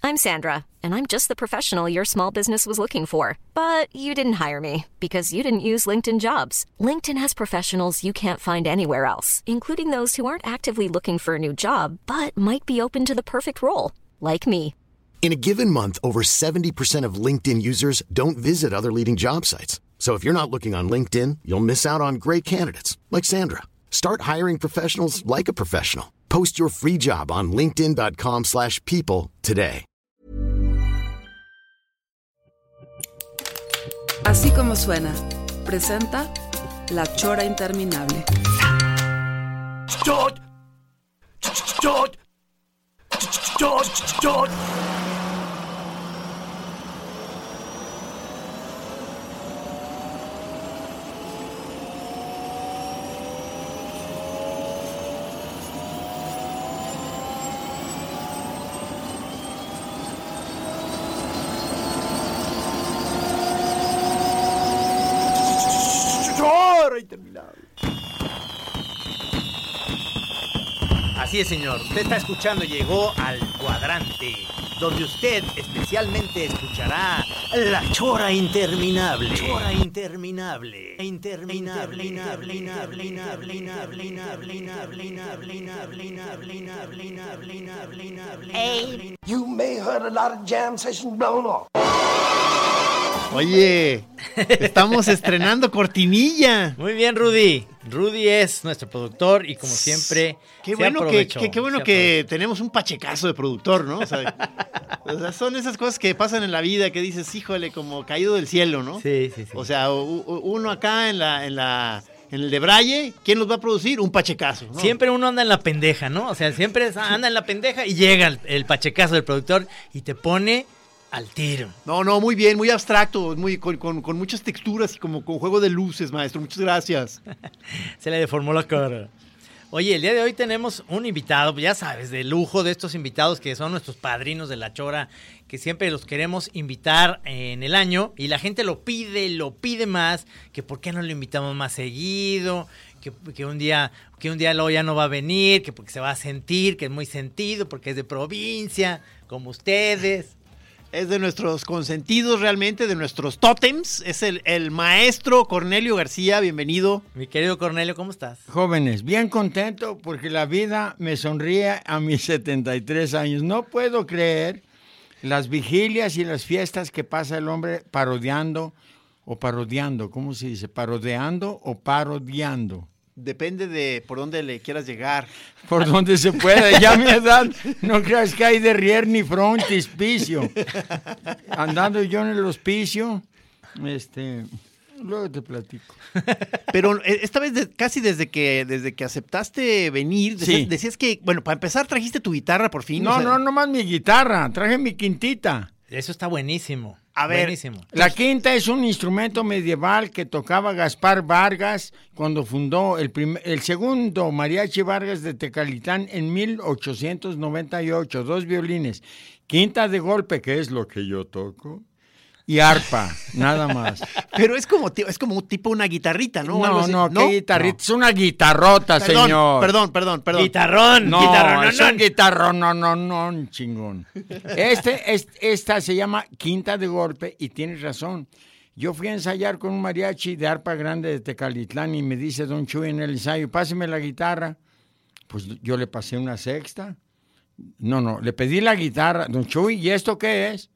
I'm Sandra, and I'm just the professional your small business was looking for. But you didn't hire me because you didn't use LinkedIn Jobs. LinkedIn has professionals you can't find anywhere else, including those who aren't actively looking for a new job, but might be open to the perfect role, like me. In a given month, over 70% of LinkedIn users don't visit other leading job sites. So if you're not looking on LinkedIn, you'll miss out on great candidates like Sandra. Start hiring professionals like a professional. Post your free job on linkedin.com/people today. Así como suena, presenta La Chora Interminable. Así es, señor. Usted está escuchando, llegó al cuadrante, donde usted especialmente escuchará La Chora Interminable. Chora Interminable. Hey, you may heard a lot of jam sessions blown off. Oye, estamos estrenando cortinilla. Muy bien, Rudy. Rudy es nuestro productor y como siempre Qué bueno que tenemos un pachecazo de productor, ¿no? O sea, son esas cosas que pasan en la vida que dices, híjole, como caído del cielo, ¿no? Sí. O sea, uno acá en el de Braille, ¿quién los va a producir? Un pachecazo, ¿no? Siempre uno anda en la pendeja, ¿no? O sea, siempre anda en la pendeja y llega el pachecazo del productor y te pone al tiro. No, muy bien, muy abstracto, con muchas texturas y como con juego de luces, maestro. Muchas gracias. Se le deformó la cara. Oye, el día de hoy tenemos un invitado, ya sabes, de lujo, de estos invitados que son nuestros padrinos de La Chora, que siempre los queremos invitar en el año y la gente lo pide más, que por qué no lo invitamos más seguido, que un día luego ya no va a venir, que porque se va a sentir, que es muy sentido, porque es de provincia, como ustedes. Es de nuestros consentidos realmente, de nuestros tótems. Es el maestro Cornelio García, bienvenido. Mi querido Cornelio, ¿cómo estás? Jóvenes, bien contento porque la vida me sonríe a mis 73 años. No puedo creer las vigilias y las fiestas que pasa el hombre parodiando, ¿cómo se dice? ¿Parodeando o parodiando? Depende de por dónde le quieras llegar. Por donde se pueda. Ya a mi edad, no creas que hay de rier ni frontispicio. Andando yo en el hospicio, luego te platico. Pero esta vez casi desde que aceptaste venir, decías que, bueno, para empezar trajiste tu guitarra por fin. No más mi guitarra, traje mi quintita. Eso está buenísimo. A ver, buenísimo. La quinta es un instrumento medieval que tocaba Gaspar Vargas cuando fundó el segundo Mariachi Vargas de Tecalitlán en 1898. 2 violines, quinta de golpe, que es lo que yo toco, y arpa, nada más. Pero es como tipo una guitarrita, ¿no? No, ¿qué guitarrita? No. Es una guitarrota, señor. Perdón. Guitarrón. Es un guitarrón, no, chingón. Esta se llama quinta de golpe y tienes razón. Yo fui a ensayar con un mariachi de arpa grande de Tecalitlán y me dice don Chuy en el ensayo, páseme la guitarra. Pues yo le pasé una sexta. No, le pedí la guitarra. Don Chuy, ¿y esto qué es?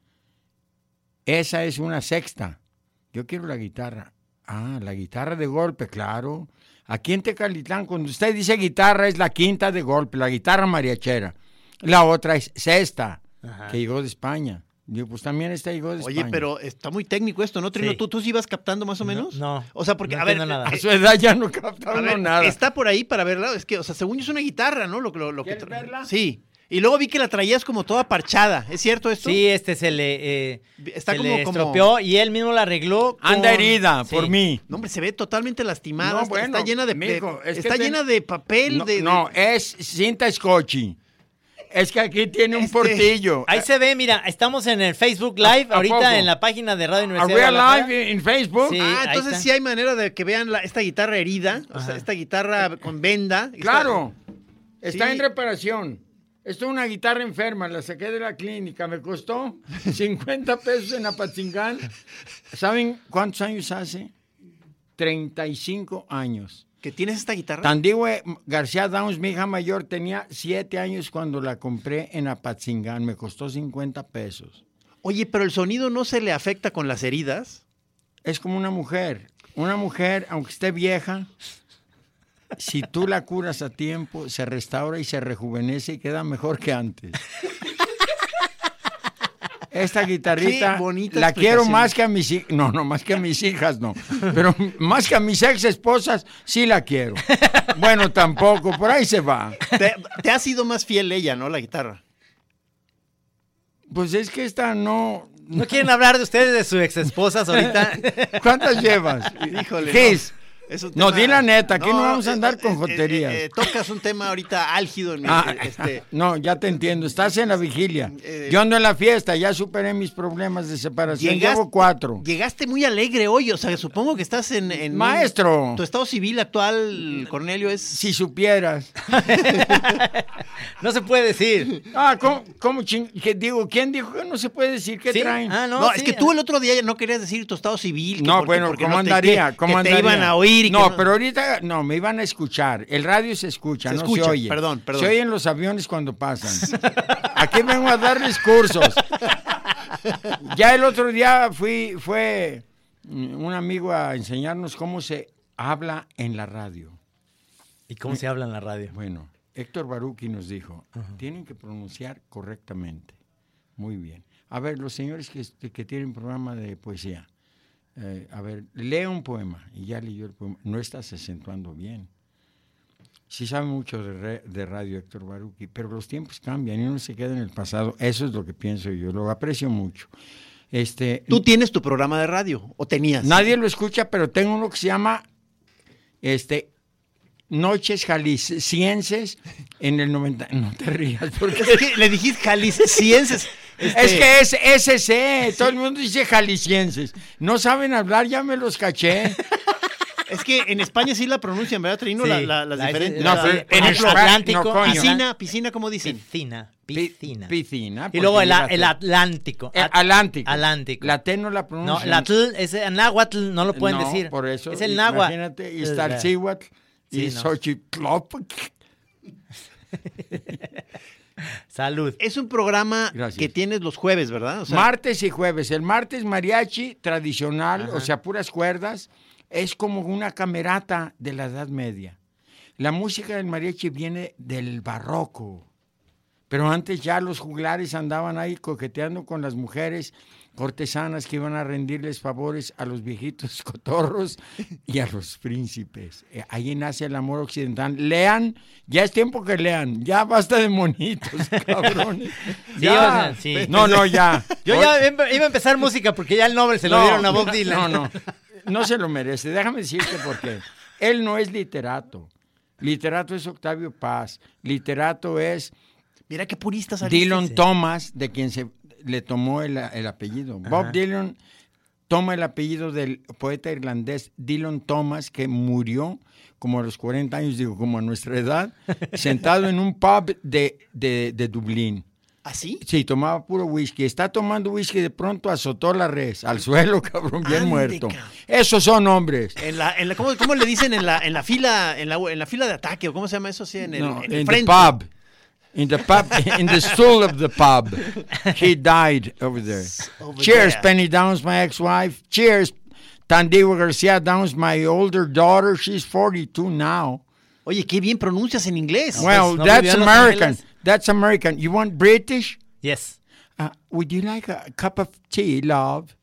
Esa es una sexta. Yo quiero la guitarra. Ah, la guitarra de golpe, claro. Aquí en Tecalitlán, cuando usted dice guitarra, es la quinta de golpe, la guitarra mariachera. La otra es sexta, que llegó de España. Digo, pues también esta llegó de España. Oye, pero está muy técnico esto, ¿no, Trino? Sí. ¿Tú sí ibas captando más o menos? No. O sea, porque, no a ver, nada. A su edad ya no captaron nada. Está por ahí para verla. Es que, o sea, según yo es una guitarra, ¿no? ¿Quieres verla? Sí. Y luego vi que la traías como toda parchada. ¿Es cierto esto? Sí, se le estropeó y él mismo la arregló. Anda herida por mí. No, hombre, se ve totalmente lastimada. No, bueno, está llena de mijo, llena de papel. No, es cinta scotchy. Es que aquí tiene un portillo. Ahí se ve, mira, estamos en el Facebook Live, ahorita poco? en la página de Radio Universidad ¿Are de we Guadalajara. live en Facebook? Sí, entonces sí hay manera de que vean esta guitarra herida, o sea, esta guitarra con venda. Claro, está Sí. en reparación. Esto es una guitarra enferma, la saqué de la clínica, me costó 50 pesos en Apatzingán. ¿Saben cuántos años hace? 35 años. ¿Que tienes esta guitarra? Tandigüe García Downs, mi hija mayor, tenía 7 años cuando la compré en Apatzingán, me costó 50 pesos. Oye, pero el sonido no se le afecta con las heridas. Es como una mujer, aunque esté vieja, si tú la curas a tiempo, se restaura y se rejuvenece y queda mejor que antes. Esta guitarrita la quiero más que a mis hijas. No, más que a mis hijas, no. Pero más que a mis ex esposas, sí la quiero. Bueno, tampoco, por ahí se va. Te ha sido más fiel ella, ¿no? La guitarra. Pues es que esta no... ¿No quieren hablar de ustedes, de sus ex esposas ahorita? ¿Cuántas llevas? Híjole. Gis. No, di la neta, aquí no vamos a andar con joterías. Tocas un tema ahorita álgido. No, ya te entiendo, estás en la vigilia. Yo ando en la fiesta, ya superé mis problemas de separación, llevo 4. Llegaste muy alegre hoy, o sea, supongo que estás en Maestro. Tu estado civil actual, Cornelio, es... Si supieras. No se puede decir. ¿Cómo digo, ¿quién dijo que no se puede decir? ¿Qué traen? No, sí, es que tú el otro día no querías decir tu estado civil. No, bueno, ¿cómo andaría? ¿Cómo te iban a oír. No, pero ahorita no, me iban a escuchar. El radio se escucha, no se oye. Perdón. Se oyen los aviones cuando pasan. Aquí vengo a darles cursos. Ya el otro día fue un amigo a enseñarnos cómo se habla en la radio. ¿Y cómo se habla en la radio? Bueno, Héctor Baruki nos dijo, tienen que pronunciar correctamente. Muy bien. A ver, los señores que tienen programa de poesía, a ver, lee un poema. Y ya leyó el poema. No estás acentuando bien. Sí sabe mucho de radio Héctor Baruki, pero los tiempos cambian y uno se queda en el pasado. Eso es lo que pienso yo, lo aprecio mucho. ¿Tú tienes tu programa de radio o tenías? Nadie lo escucha, pero tengo uno que se llama Noches Jaliscienses en el 90. No te rías, porque es que le dijiste Jaliscienses. Es que es SC, todo el mundo dice Jaliscienses. No saben hablar, ya me los caché. Es que en España sí la pronuncian, ¿verdad, Trino? Sí. Las diferentes. No, en en el Atlántico. No, piscina, ¿cómo dicen? Piscina. Y Y luego el Atlántico. Atlántico. La T no la pronuncian. No, la Tl, ese náhuatl no lo pueden no, decir. Por eso. Es el náhuatl. Imagínate, y está el Cihuatl y Xochitl. Salud. Es un programa que tienes los jueves, ¿verdad? O sea, martes y jueves. El martes mariachi tradicional, o sea, puras cuerdas, es como una camerata de la Edad Media. La música del mariachi viene del barroco, pero antes ya los juglares andaban ahí coqueteando con las mujeres cortesanas que iban a rendirles favores a los viejitos cotorros y a los príncipes. Ahí nace el amor occidental. Lean, ya es tiempo que lean, ya basta de monitos, cabrones. Ya. Sí. No, ya. Yo ya iba a empezar música porque ya el Nobel se lo dieron a Bob Dylan. No se lo merece. Déjame decirte por qué. Él no es literato. Literato es Octavio Paz. Literato es... Mira qué purista saliste. Dylan Thomas, de quien le tomó el apellido. Bob Dylan toma el apellido del poeta irlandés Dylan Thomas, que murió como a los 40 años, digo, como a nuestra edad, sentado en un pub de Dublín. ¿Ah, sí? Sí, tomaba puro whisky. Está tomando whisky, de pronto azotó la res al suelo, cabrón, bien muerto. Esos son hombres. ¿Cómo le dicen en la fila de ataque o cómo se llama eso? Sí, en el frente. Pub. In the pub, in the stool of the pub. He died over there. Cheers, there. Penny Downs, my ex-wife. Cheers, Tandigua García Downs, my older daughter. She's 42 now. Oye, qué bien pronuncias en inglés. Well, that's American. That's American. You want British? Yes. Would you like a cup of tea, love?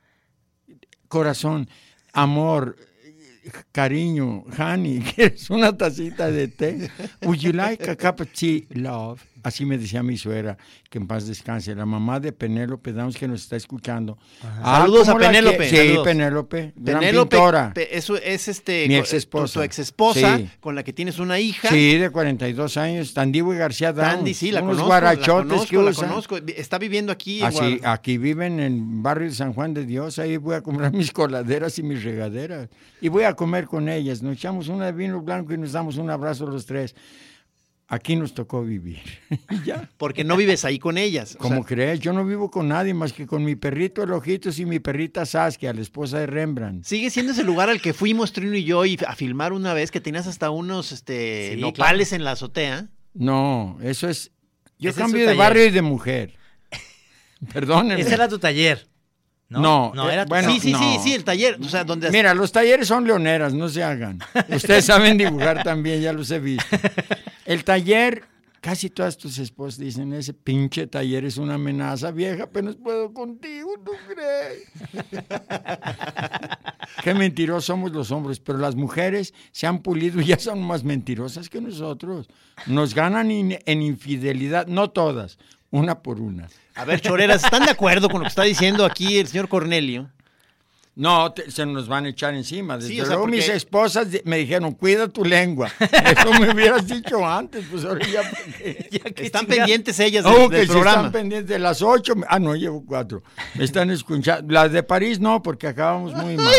Corazón, amor, cariño, honey, ¿quieres una tacita de té? Would you like a cup of tea, love? Así me decía mi suegra, que en paz descanse, la mamá de Penélope Downs, que nos está escuchando. Saludos a Penélope. Sí, saludos. Penélope, gran pintora. Eso es mi ex esposa. Tu ex esposa, sí. Con la que tienes una hija. Sí, de 42 años, Tandigua García Downs. Tandy, sí, la unos conozco. Guarachotes la conozco. Está viviendo aquí. Aquí viven en barrio de San Juan de Dios, ahí voy a comprar mis coladeras y mis regaderas. Y voy a comer con ellas. Nos echamos una de vino blanco y nos damos un abrazo los tres. aquí nos tocó vivir. Ya. Porque no vives ahí con ellas. ¿Cómo crees? Yo no vivo con nadie más que con mi perrito El Ojitos y mi perrita Saskia, la esposa de Rembrandt. Sigue siendo ese lugar al que fuimos Trino y yo a filmar una vez, que tenías hasta unos nopales en la azotea. No, eso es... Yo Ese es cambio su de taller. barrio y de mujer. Perdónenme. Ese era tu taller. No, era tu bueno, taller. Sí, el taller. O sea, donde... Mira, los talleres son leoneras, no se hagan. Ustedes saben dibujar también, ya los he visto. El taller, casi todas tus esposas dicen, ese pinche taller es una amenaza, vieja, apenas puedo contigo, ¿no crees? Qué mentirosos somos los hombres, pero las mujeres se han pulido y ya son más mentirosas que nosotros. Nos ganan en infidelidad, no todas, una por una. A ver, choreras, ¿están de acuerdo con lo que está diciendo aquí el señor Cornelio? No, se nos van a echar encima. Desde Sí, o sea, luego porque... mis esposas me dijeron, cuida tu lengua. Eso me hubieras dicho antes, pues ahora ya... Están pendientes ellas Oh, del que programa. si están pendientes de las 8. Ah, no, llevo 4. Me están escuchando. Las de París no, porque acabamos muy mal.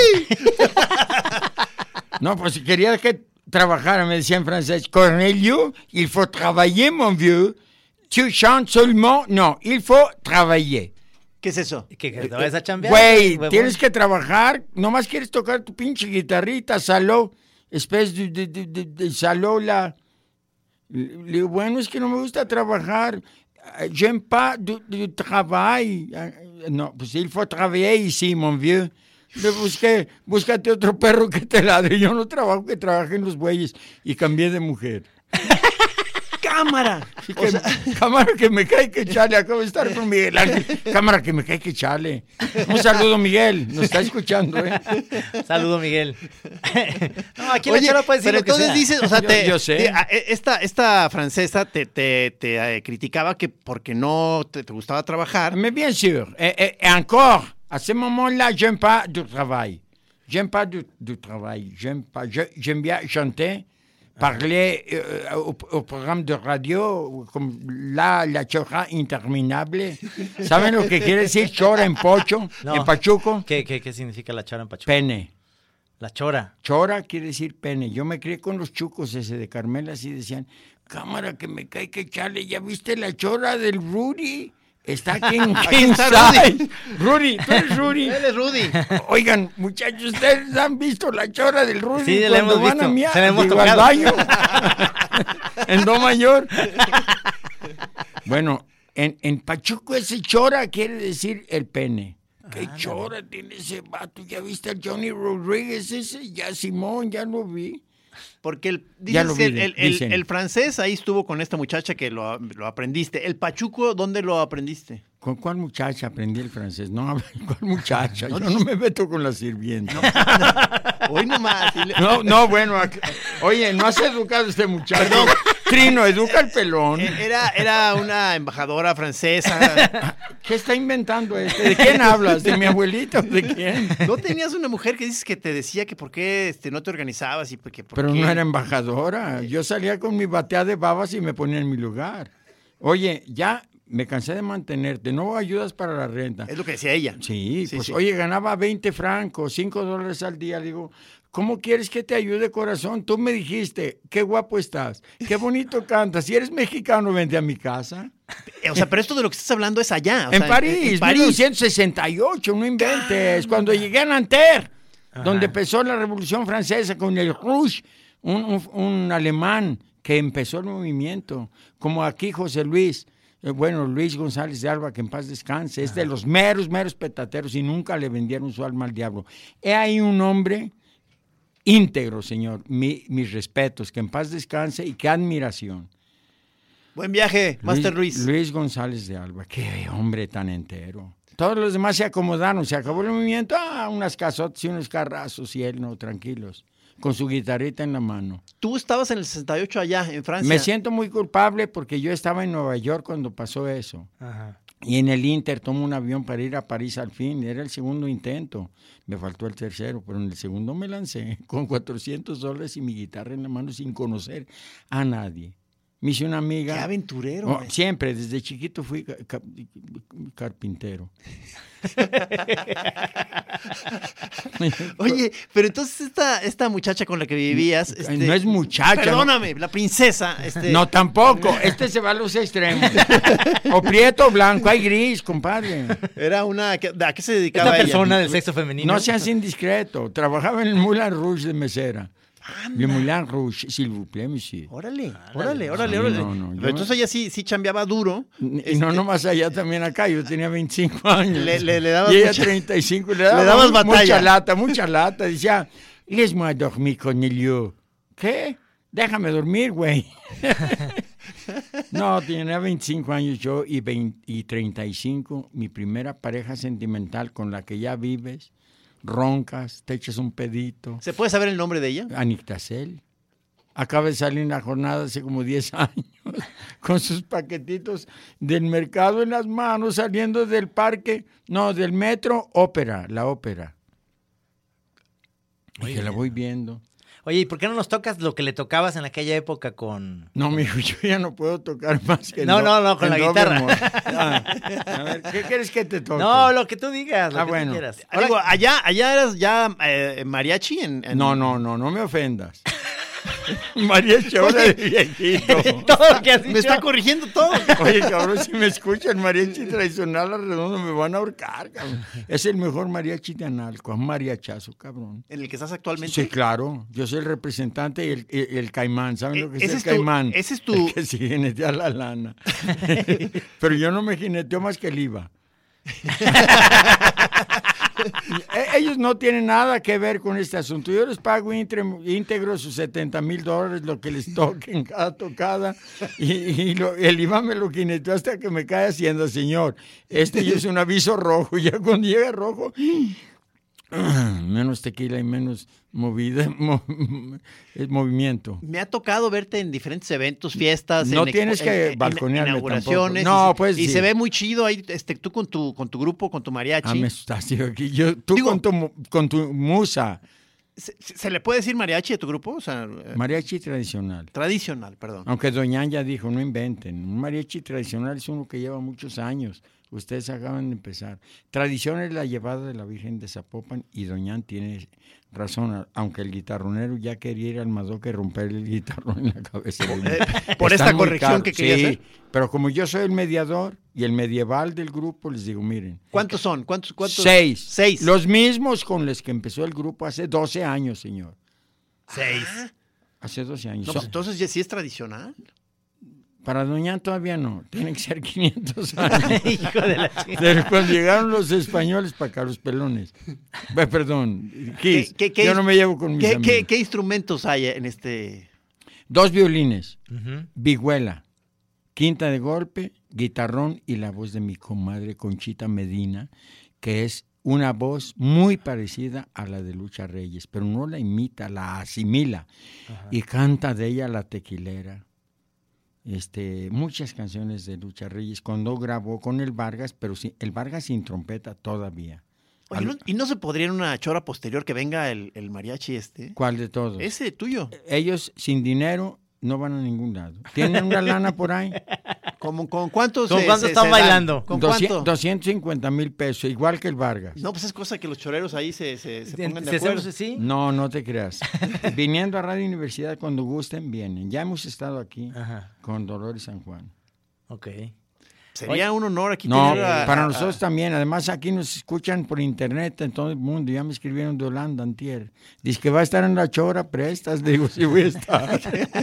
No, pues si quería que trabajara, me decía en francés, Cornelio, il faut travailler, mon vieux. Tu chantes seulement. No, il faut travailler. ¿Qué es eso? Que te vayas a chambear. Güey, huevón. tienes que trabajar. Nomás quieres tocar tu pinche guitarrita, saló. Especie de saló la... Le digo, bueno, es que no me gusta trabajar. J'aime pas du travail. No, pues il faut travailler ici, mon vieux. Le busqué, búscate otro perro que te ladre. Yo no trabajo, que trabajen los bueyes. Y cambié de mujer. ¡Cámara! Cámara que me cae que chale, acabo de estar con Miguel Ángel. Cámara que me cae que chale. Un saludo, Miguel, nos está escuchando, ¿eh? Saludo, Miguel. No, aquí Oye, la chora puede decir pero lo que entonces sea. dices, o sea, Yo sé. esta francesa te criticaba que porque no te gustaba trabajar. Mais bien sûr. Et encore, à ce moment-là, j'aime pas du travail. J'aime pas du travail. J'aime bien chanter. Parler au programme de radio, como la chora interminable. ¿Saben lo que quiere decir chora en pocho, No. en pachuco? ¿Qué significa la chora en Pachuca? Pene. La chora. Chora quiere decir pene. Yo me crié con los chucos ese de Carmela, así decían, cámara que me cae que chale, ¿ya viste la chora del Rudy? Está aquí en Kingside. Rudy, tú eres Rudy. Él es Rudy. Oigan, muchachos, ¿ustedes han visto la chora del Rudy Sí, la cuando hemos van visto. a miar? Se la hemos Digo, al tocado. baño? En Do mayor. Bueno, en Pachuco ese chora quiere decir el pene. ¿Qué chora tiene ese vato? ¿Ya viste a Johnny Rodríguez ese? Ya Simón, ya lo vi. Porque Ya lo dices vi, que dicen. el francés ahí estuvo con esta muchacha que lo aprendiste. El pachuco, ¿dónde lo aprendiste? ¿Con cuál muchacha aprendí el francés? No, ¿cuál muchacha? Yo no me meto con la sirvienta. Hoy nomás. No, bueno, oye, no has educado a este muchacho. Perdón. Trino, educa al pelón. Era una embajadora francesa. ¿Qué está inventando este? ¿De quién hablas? ¿De mi abuelita o de quién? ¿No tenías una mujer que dices que te decía que por qué no te organizabas y por qué? Pero no era embajadora. Yo salía con mi batea de babas y me ponía en mi lugar. Oye, ya me cansé de mantenerte. No ayudas para la renta. Es lo que decía ella. Sí, Sí, pues sí. oye, ganaba 20 francos, $5 al día. Digo, ¿cómo quieres que te ayude, corazón? Tú me dijiste, qué guapo estás, qué bonito cantas. Si eres mexicano, vente a mi casa. O sea, pero esto de lo que estás hablando es allá. O En sea, París, en París. 1968, no inventes. Cuando llegué a Nanterre, donde empezó la Revolución Francesa con el Rouge, un alemán que empezó el movimiento, como aquí José Luis. Luis González de Alba, que en paz descanse, es de los meros petateros y nunca le vendieron su alma al diablo. He ahí un hombre íntegro, señor. Mis respetos, que en paz descanse y qué admiración. Buen viaje, Master Luis. Luis González de Alba, qué hombre tan entero. Todos los demás se acomodaron, se acabó el movimiento, unas casotas y unos carrazos y él no, tranquilos, con su guitarrita en la mano. Tú estabas en el 68 allá, en Francia. Me siento muy culpable porque yo estaba en Nueva York cuando pasó eso. Ajá. Y en el Inter tomo un avión para ir a París al fin. Era el segundo intento. Me faltó el tercero, pero en el segundo me lancé con $400 y mi guitarra en la mano sin conocer a nadie. Me hice una amiga. ¡Qué aventurero! Siempre, desde chiquito fui carpintero. Oye, pero entonces esta muchacha con la que vivías... no es muchacha. Perdóname, la princesa. No, tampoco. Se va a los extremos. O prieto o blanco, hay gris, compadre. Era una... ¿A qué se dedicaba Esta ella? persona del sexo femenino. No seas indiscreto. Trabajaba en el Moulin Rouge de mesera. Le Moulin Rouge, s'il vous plaît, monsieur. Órale. No, Pero entonces ella sí chambeaba duro. Y no nomás allá, también acá. Yo tenía 25 años. Le dabas y ella mucha- 35. Le dabas batalla. Mucha lata. Decía, laisse-moi dormir, Cornelio. ¿Qué? Déjame dormir, güey. No, tenía 25 años yo y 35. Mi primera pareja sentimental con la que ya vives. Roncas, te echas un pedito. ¿Se puede saber el nombre de ella? Anictasel. Acaba de salir en la jornada hace como 10 años, con sus paquetitos del mercado en las manos, saliendo del parque, del metro, la ópera. Y que la voy viendo. Oye, ¿y por qué no nos tocas lo que le tocabas en aquella época con...? No, mijo, yo ya no puedo tocar más que No, con la guitarra. A ver, ¿qué quieres que te toque? No, lo que tú digas, lo que bueno. tú quieras. Digo, allá eras ya mariachi No me ofendas. Mariachi ahora de viejito. Todo lo que has dicho. Me está corrigiendo todo. Oye, cabrón, si me escucha el mariachi tradicional arredondo me van a ahorcar, cabrón. Es el mejor mariachi de Analco, es un mariachazo, cabrón. ¿En el que estás actualmente? Sí, claro. Yo soy el representante y el caimán. ¿Saben lo que es el tu- caimán? ese es tu- El que se jinetea la lana. Pero yo no me jineteo más que el IVA. Ellos no tienen nada que ver con este asunto. Yo les pago íntegro sus $70,000, lo que les toque en cada tocada. El IVA me lo jineteó hasta que me cae Hacienda, señor. Ya es un aviso rojo. Ya cuando llega rojo, menos tequila y menos movimiento. Me ha tocado verte en diferentes eventos, fiestas. No tienes que balconearme inauguraciones. tampoco. No, pues y sí. se ve muy chido ahí, tú con tu grupo, con tu mariachi. Me estás, tío, aquí. Tú Digo, con tu musa. ¿Se le puede decir mariachi a tu grupo? O sea, Mariachi tradicional. tradicional, perdón. Aunque Doña ya dijo, no inventen. Un mariachi tradicional es uno que lleva muchos años. Ustedes acaban de empezar. Tradición es la llevada de la Virgen de Zapopan y Doña tiene razón, aunque el guitarronero ya quería ir al Madoque y romper el guitarrón en la cabeza. Por esta corrección que quería hacer. Pero como yo soy el mediador y el medieval del grupo, les digo, miren. ¿Cuántos son? ¿Cuántos? 6. Los mismos con los que empezó el grupo hace 12 años, señor. 6. Hace 12 años. No, pues entonces ya sí es tradicional. Para Doña todavía no, tienen que ser 500 años. Hijo de la chingada. Pero cuando llegaron los españoles para acá, los pelones. Perdón, Kiss, yo no me llevo con mis amigos. ¿Qué instrumentos hay en este? 2 violines, Ujú. vihuela, quinta de golpe, guitarrón y la voz de mi comadre Conchita Medina, que es una voz muy parecida a la de Lucha Reyes, pero no la imita, la asimila. Ajá. Y canta de ella La Tequilera. Muchas canciones de Lucha Reyes cuando grabó con el Vargas, pero el Vargas sin trompeta todavía. Oye, ¿y no se podría en una chora posterior que venga el mariachi ¿Cuál de todos? Ese tuyo. Ellos sin dinero no van a ningún lado. ¿Tienen una lana por ahí? ¿Con cuánto ¿Con cuánto están bailando? ¿Con cuánto? 250,000 pesos, igual que el Vargas. No, pues es cosa que los choreros ahí se pongan de acuerdo. ¿Sí? No te creas. Viniendo a Radio Universidad cuando gusten, vienen. Ya hemos estado aquí con Dolores San Juan. Ok. Sería un honor aquí No, tener para nosotros también. Además, aquí nos escuchan por internet en todo el mundo. Ya me escribieron de Holanda antier. Dice que va a estar en la chora, prestas. Digo, sí voy a estar.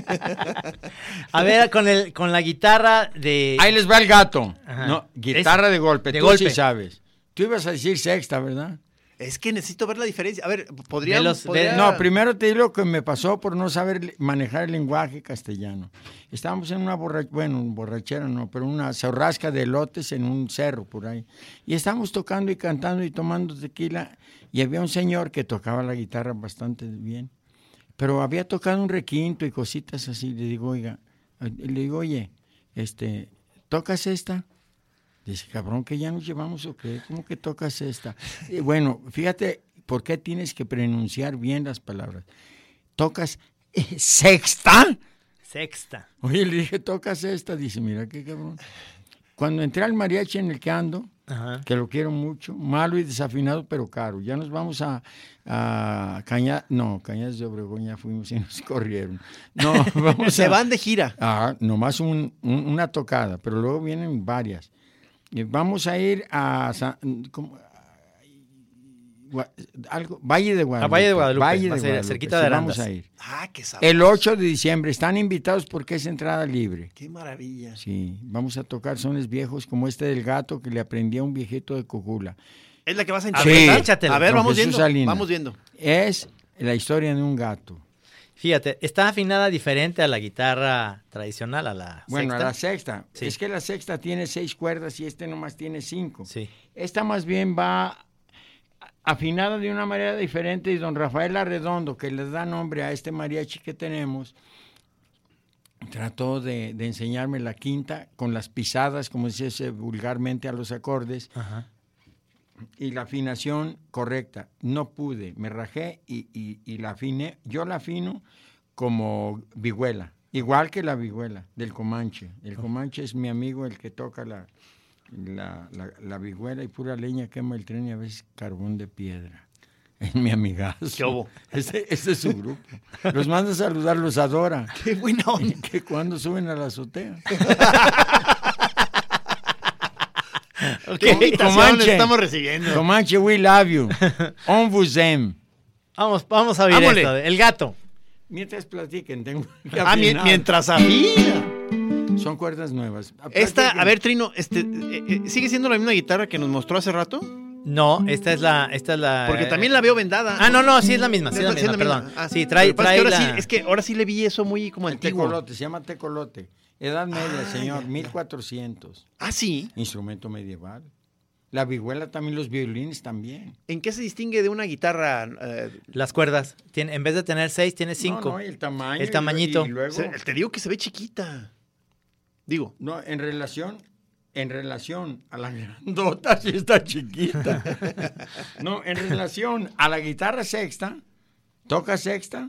A ver, con la guitarra de... Ahí les va el gato. Ajá. No, guitarra de golpe. De Tú golpe. sí sabes. Tú ibas a decir sexta, ¿verdad? Es que necesito ver la diferencia. A ver, podría... No, primero te digo lo que me pasó por no saber manejar el lenguaje castellano. Estábamos en una borrachera no, pero una zorrasca de elotes en un cerro por ahí. Y estábamos tocando y cantando y tomando tequila. Y había un señor que tocaba la guitarra bastante bien. Pero había tocado un requinto y cositas así. Le digo, oye, ¿tocas esta? Dice, cabrón, ¿que ya nos llevamos o qué? ¿Cómo que tocas esta? Y bueno, fíjate, ¿por qué tienes que pronunciar bien las palabras? ¿Tocas sexta? Sexta. Oye, le dije, tocas esta. Dice, mira qué cabrón. Cuando entré al mariachi en el que ando, que lo quiero mucho, malo y desafinado, pero caro. Ya nos vamos a Cañadas de Obregón, ya fuimos y nos corrieron. No, vamos Se van de gira. Nomás una tocada, pero luego vienen varias. Vamos a ir a Valle de Guadalupe. Valle de Guadalupe. Valle de Guadalupe. Cerquita de Arandas. Vamos a ir. Qué sabroso. El 8 de diciembre. Están invitados porque es entrada libre. Qué maravilla. Sí, vamos a tocar sones viejos como este del gato que le aprendí a un viejito de Cojula. ¿Es la que vas a Sí. A ver, Con vamos Jesús viendo. Salinas. Vamos viendo. Es la historia de un gato. Fíjate, está afinada diferente a la guitarra tradicional, a la Bueno, sexta. a la sexta. Sí. Es que la sexta tiene 6 cuerdas y este nomás tiene 5. Sí. Esta más bien va afinada de una manera diferente y don Rafael Arredondo, que le da nombre a este mariachi que tenemos, trató de enseñarme la quinta con las pisadas, como se dice vulgarmente, a los acordes. Ajá. Y la afinación correcta. No pude, me rajé y la afiné. Yo la afino como vihuela, igual que la vihuela del Comanche. El Comanche es mi amigo, el que toca la vihuela y pura leña quema el tren y a veces carbón de piedra. Es mi amigazo. ¿Qué hubo? Ese es su grupo. Los manda a saludar, los adora. Qué buena onda. Que cuando suben a la azotea. ¿Qué invitación Comanche. estamos recibiendo? Comanche, we love you. On vous aime. Vamos a oír Vámonos. esto. El gato. Mientras platiquen, tengo que afinar. Mientras afina. Son cuerdas nuevas. Esta, Platiquen. a ver, Trino, ¿sigue siendo la misma guitarra que nos mostró hace rato? No, esta es la. Porque también la veo vendada. No, sí es la misma, perdón. Ah, Sí, pero lo que pasa trae es que la. es que ahora sí le vi eso muy como El antiguo. tecolote, se llama tecolote. Edad media, señor, 1400. Ah, sí. Instrumento medieval. La vihuela también, los violines también. ¿En qué se distingue de una guitarra? Las cuerdas. En vez de tener 6, tiene 5. No, y el tamaño. El tamañito. Y luego, Te digo que se ve chiquita. Digo. no, en relación a la grandota sí está chiquita. No, en relación a la guitarra sexta, toca sexta.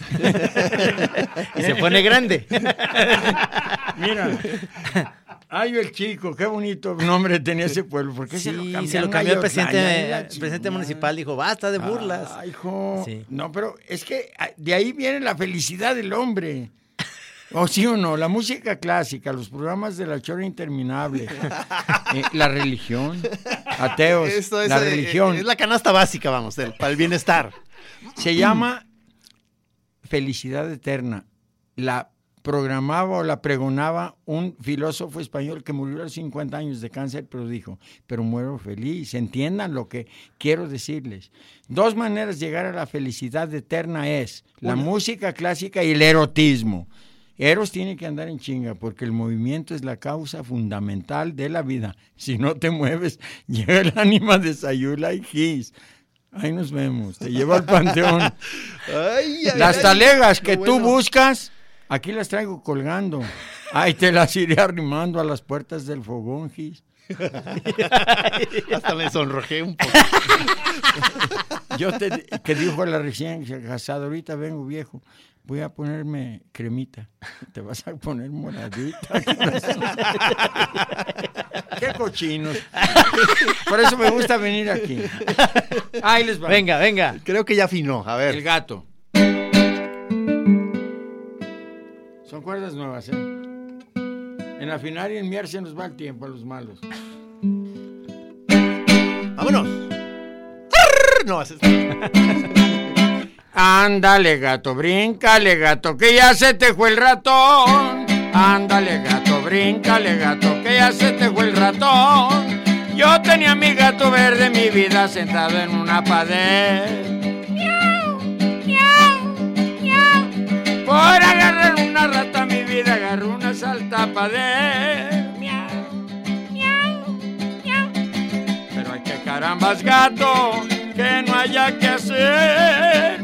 Y se pone grande. Mira, ay, el chico, qué bonito nombre tenía ese pueblo. ¿Por qué Sí, se lo cambió? cambió el presidente municipal. Dijo, basta de burlas. Ay, hijo. Sí. No, pero es que de ahí viene la felicidad del hombre. ¿O sí o no? La música clásica, los programas de La Chora Interminable, la religión, ateos, la religión. Es la canasta básica, vamos, para el bienestar. Se llama Felicidad Eterna. La programaba o la pregonaba un filósofo español que murió a los 50 años de cáncer, pero dijo, pero muero feliz. Entiendan lo que quiero decirles. 2 maneras de llegar a la felicidad eterna es la música clásica y el erotismo. Eros tiene que andar en chinga porque el movimiento es la causa fundamental de la vida. Si no te mueves, llega el ánima de Sayula y Gis. Ahí nos vemos, te llevo al panteón. Las talegas que tú buscas, aquí las traigo colgando. Ahí te las iré arrimando a las puertas del fogón, Gis. Hasta me sonrojé un poco. Que dijo la recién casada, ahorita vengo viejo, voy a ponerme cremita. Te vas a poner moradita. Qué cochinos. Por eso me gusta venir aquí. Ahí les va. Venga. Creo que ya afinó. A ver. El gato. Son cuerdas nuevas, ¿eh? En afinar y en miar se nos va el tiempo a los malos. ¡Vámonos! No, Ándale, gato, bríncale, gato, que ya se te fue el ratón. Ándale, gato, bríncale, gato, que ya se te fue el ratón. Yo tenía mi gato verde, mi vida, sentado en una pared. Miau, miau, miau. Por agarrar una rata, mi vida, agarró una saltapared. Miau, miau, miau. Pero hay que carambas, gato, que no haya que hacer.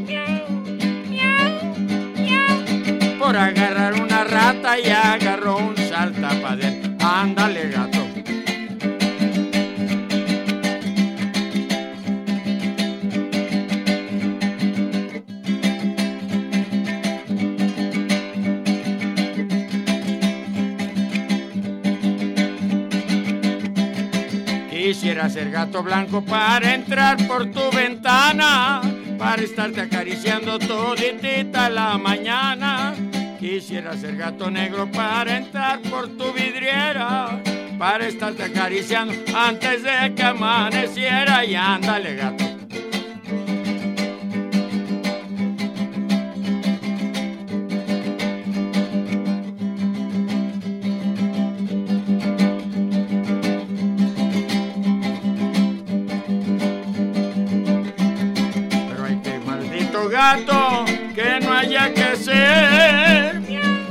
Por agarrar una rata y agarró un saltapader. Ándale, gato. Quisiera ser gato blanco para entrar por tu ventana, para estarte acariciando toditita la mañana. Quisiera ser gato negro para entrar por tu vidriera, para estarte acariciando antes de que amaneciera. Y ándale, gato. Pero hay que maldito gato que no haya que ser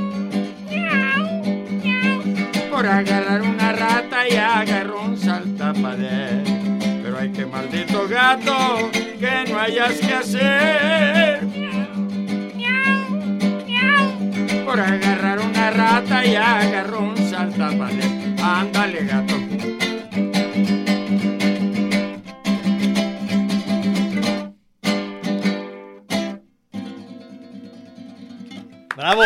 por agarrar una rata y agarró un saltapader. Pero hay que maldito gato que no hayas que hacer por agarrar una rata y agarró un saltapader. Ándale, gato. ¡Bravo!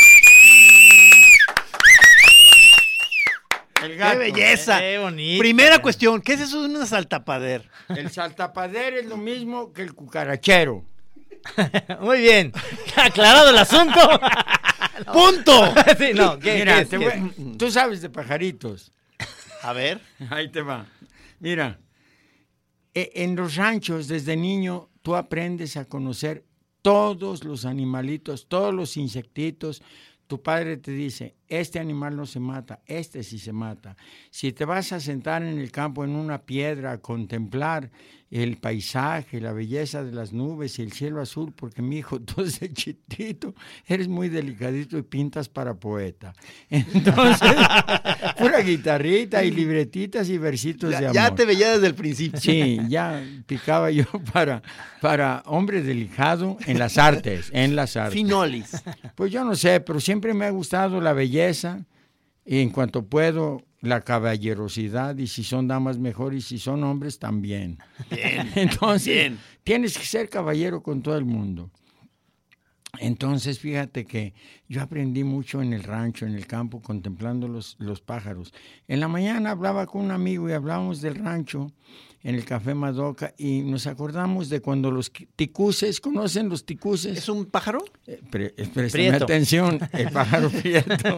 El gato. ¡Qué belleza! Qué bonito. Primera cuestión, ¿qué es eso de una saltapader? El saltapader es lo mismo que el cucarachero. Muy bien. Aclarado el asunto. ¡Punto! Sí, no, ¿qué, Mira, qué es? te ¿Qué voy- es? tú sabes de pajaritos. A ver. Ahí te va. Mira, en los ranchos desde niño tú aprendes a conocer todos los animalitos, todos los insectitos. Tu padre te dice, este animal no se mata, este sí se mata. Si te vas a sentar en el campo en una piedra a contemplar el paisaje, la belleza de las nubes y el cielo azul, porque mi hijo, tú desde chiquitito eres muy delicadito y pintas para poeta. Entonces, pura guitarrita y libretitas y versitos de amor. Ya te veía desde el principio. Sí, ya picaba yo para hombre delicado en las artes, Finolis. Pues yo no sé, pero siempre me ha gustado la belleza y en cuanto puedo la caballerosidad, y si son damas mejor y si son hombres también. Bien. Entonces, Bien. tienes que ser caballero con todo el mundo. Entonces, fíjate que yo aprendí mucho en el rancho, en el campo, contemplando los pájaros. En la mañana hablaba con un amigo y hablábamos del rancho en el Café Madoka y nos acordamos de cuando los ticuces, ¿conocen los ticuces? ¿Es un pájaro? Préstame Prieto. atención, el pájaro prieto.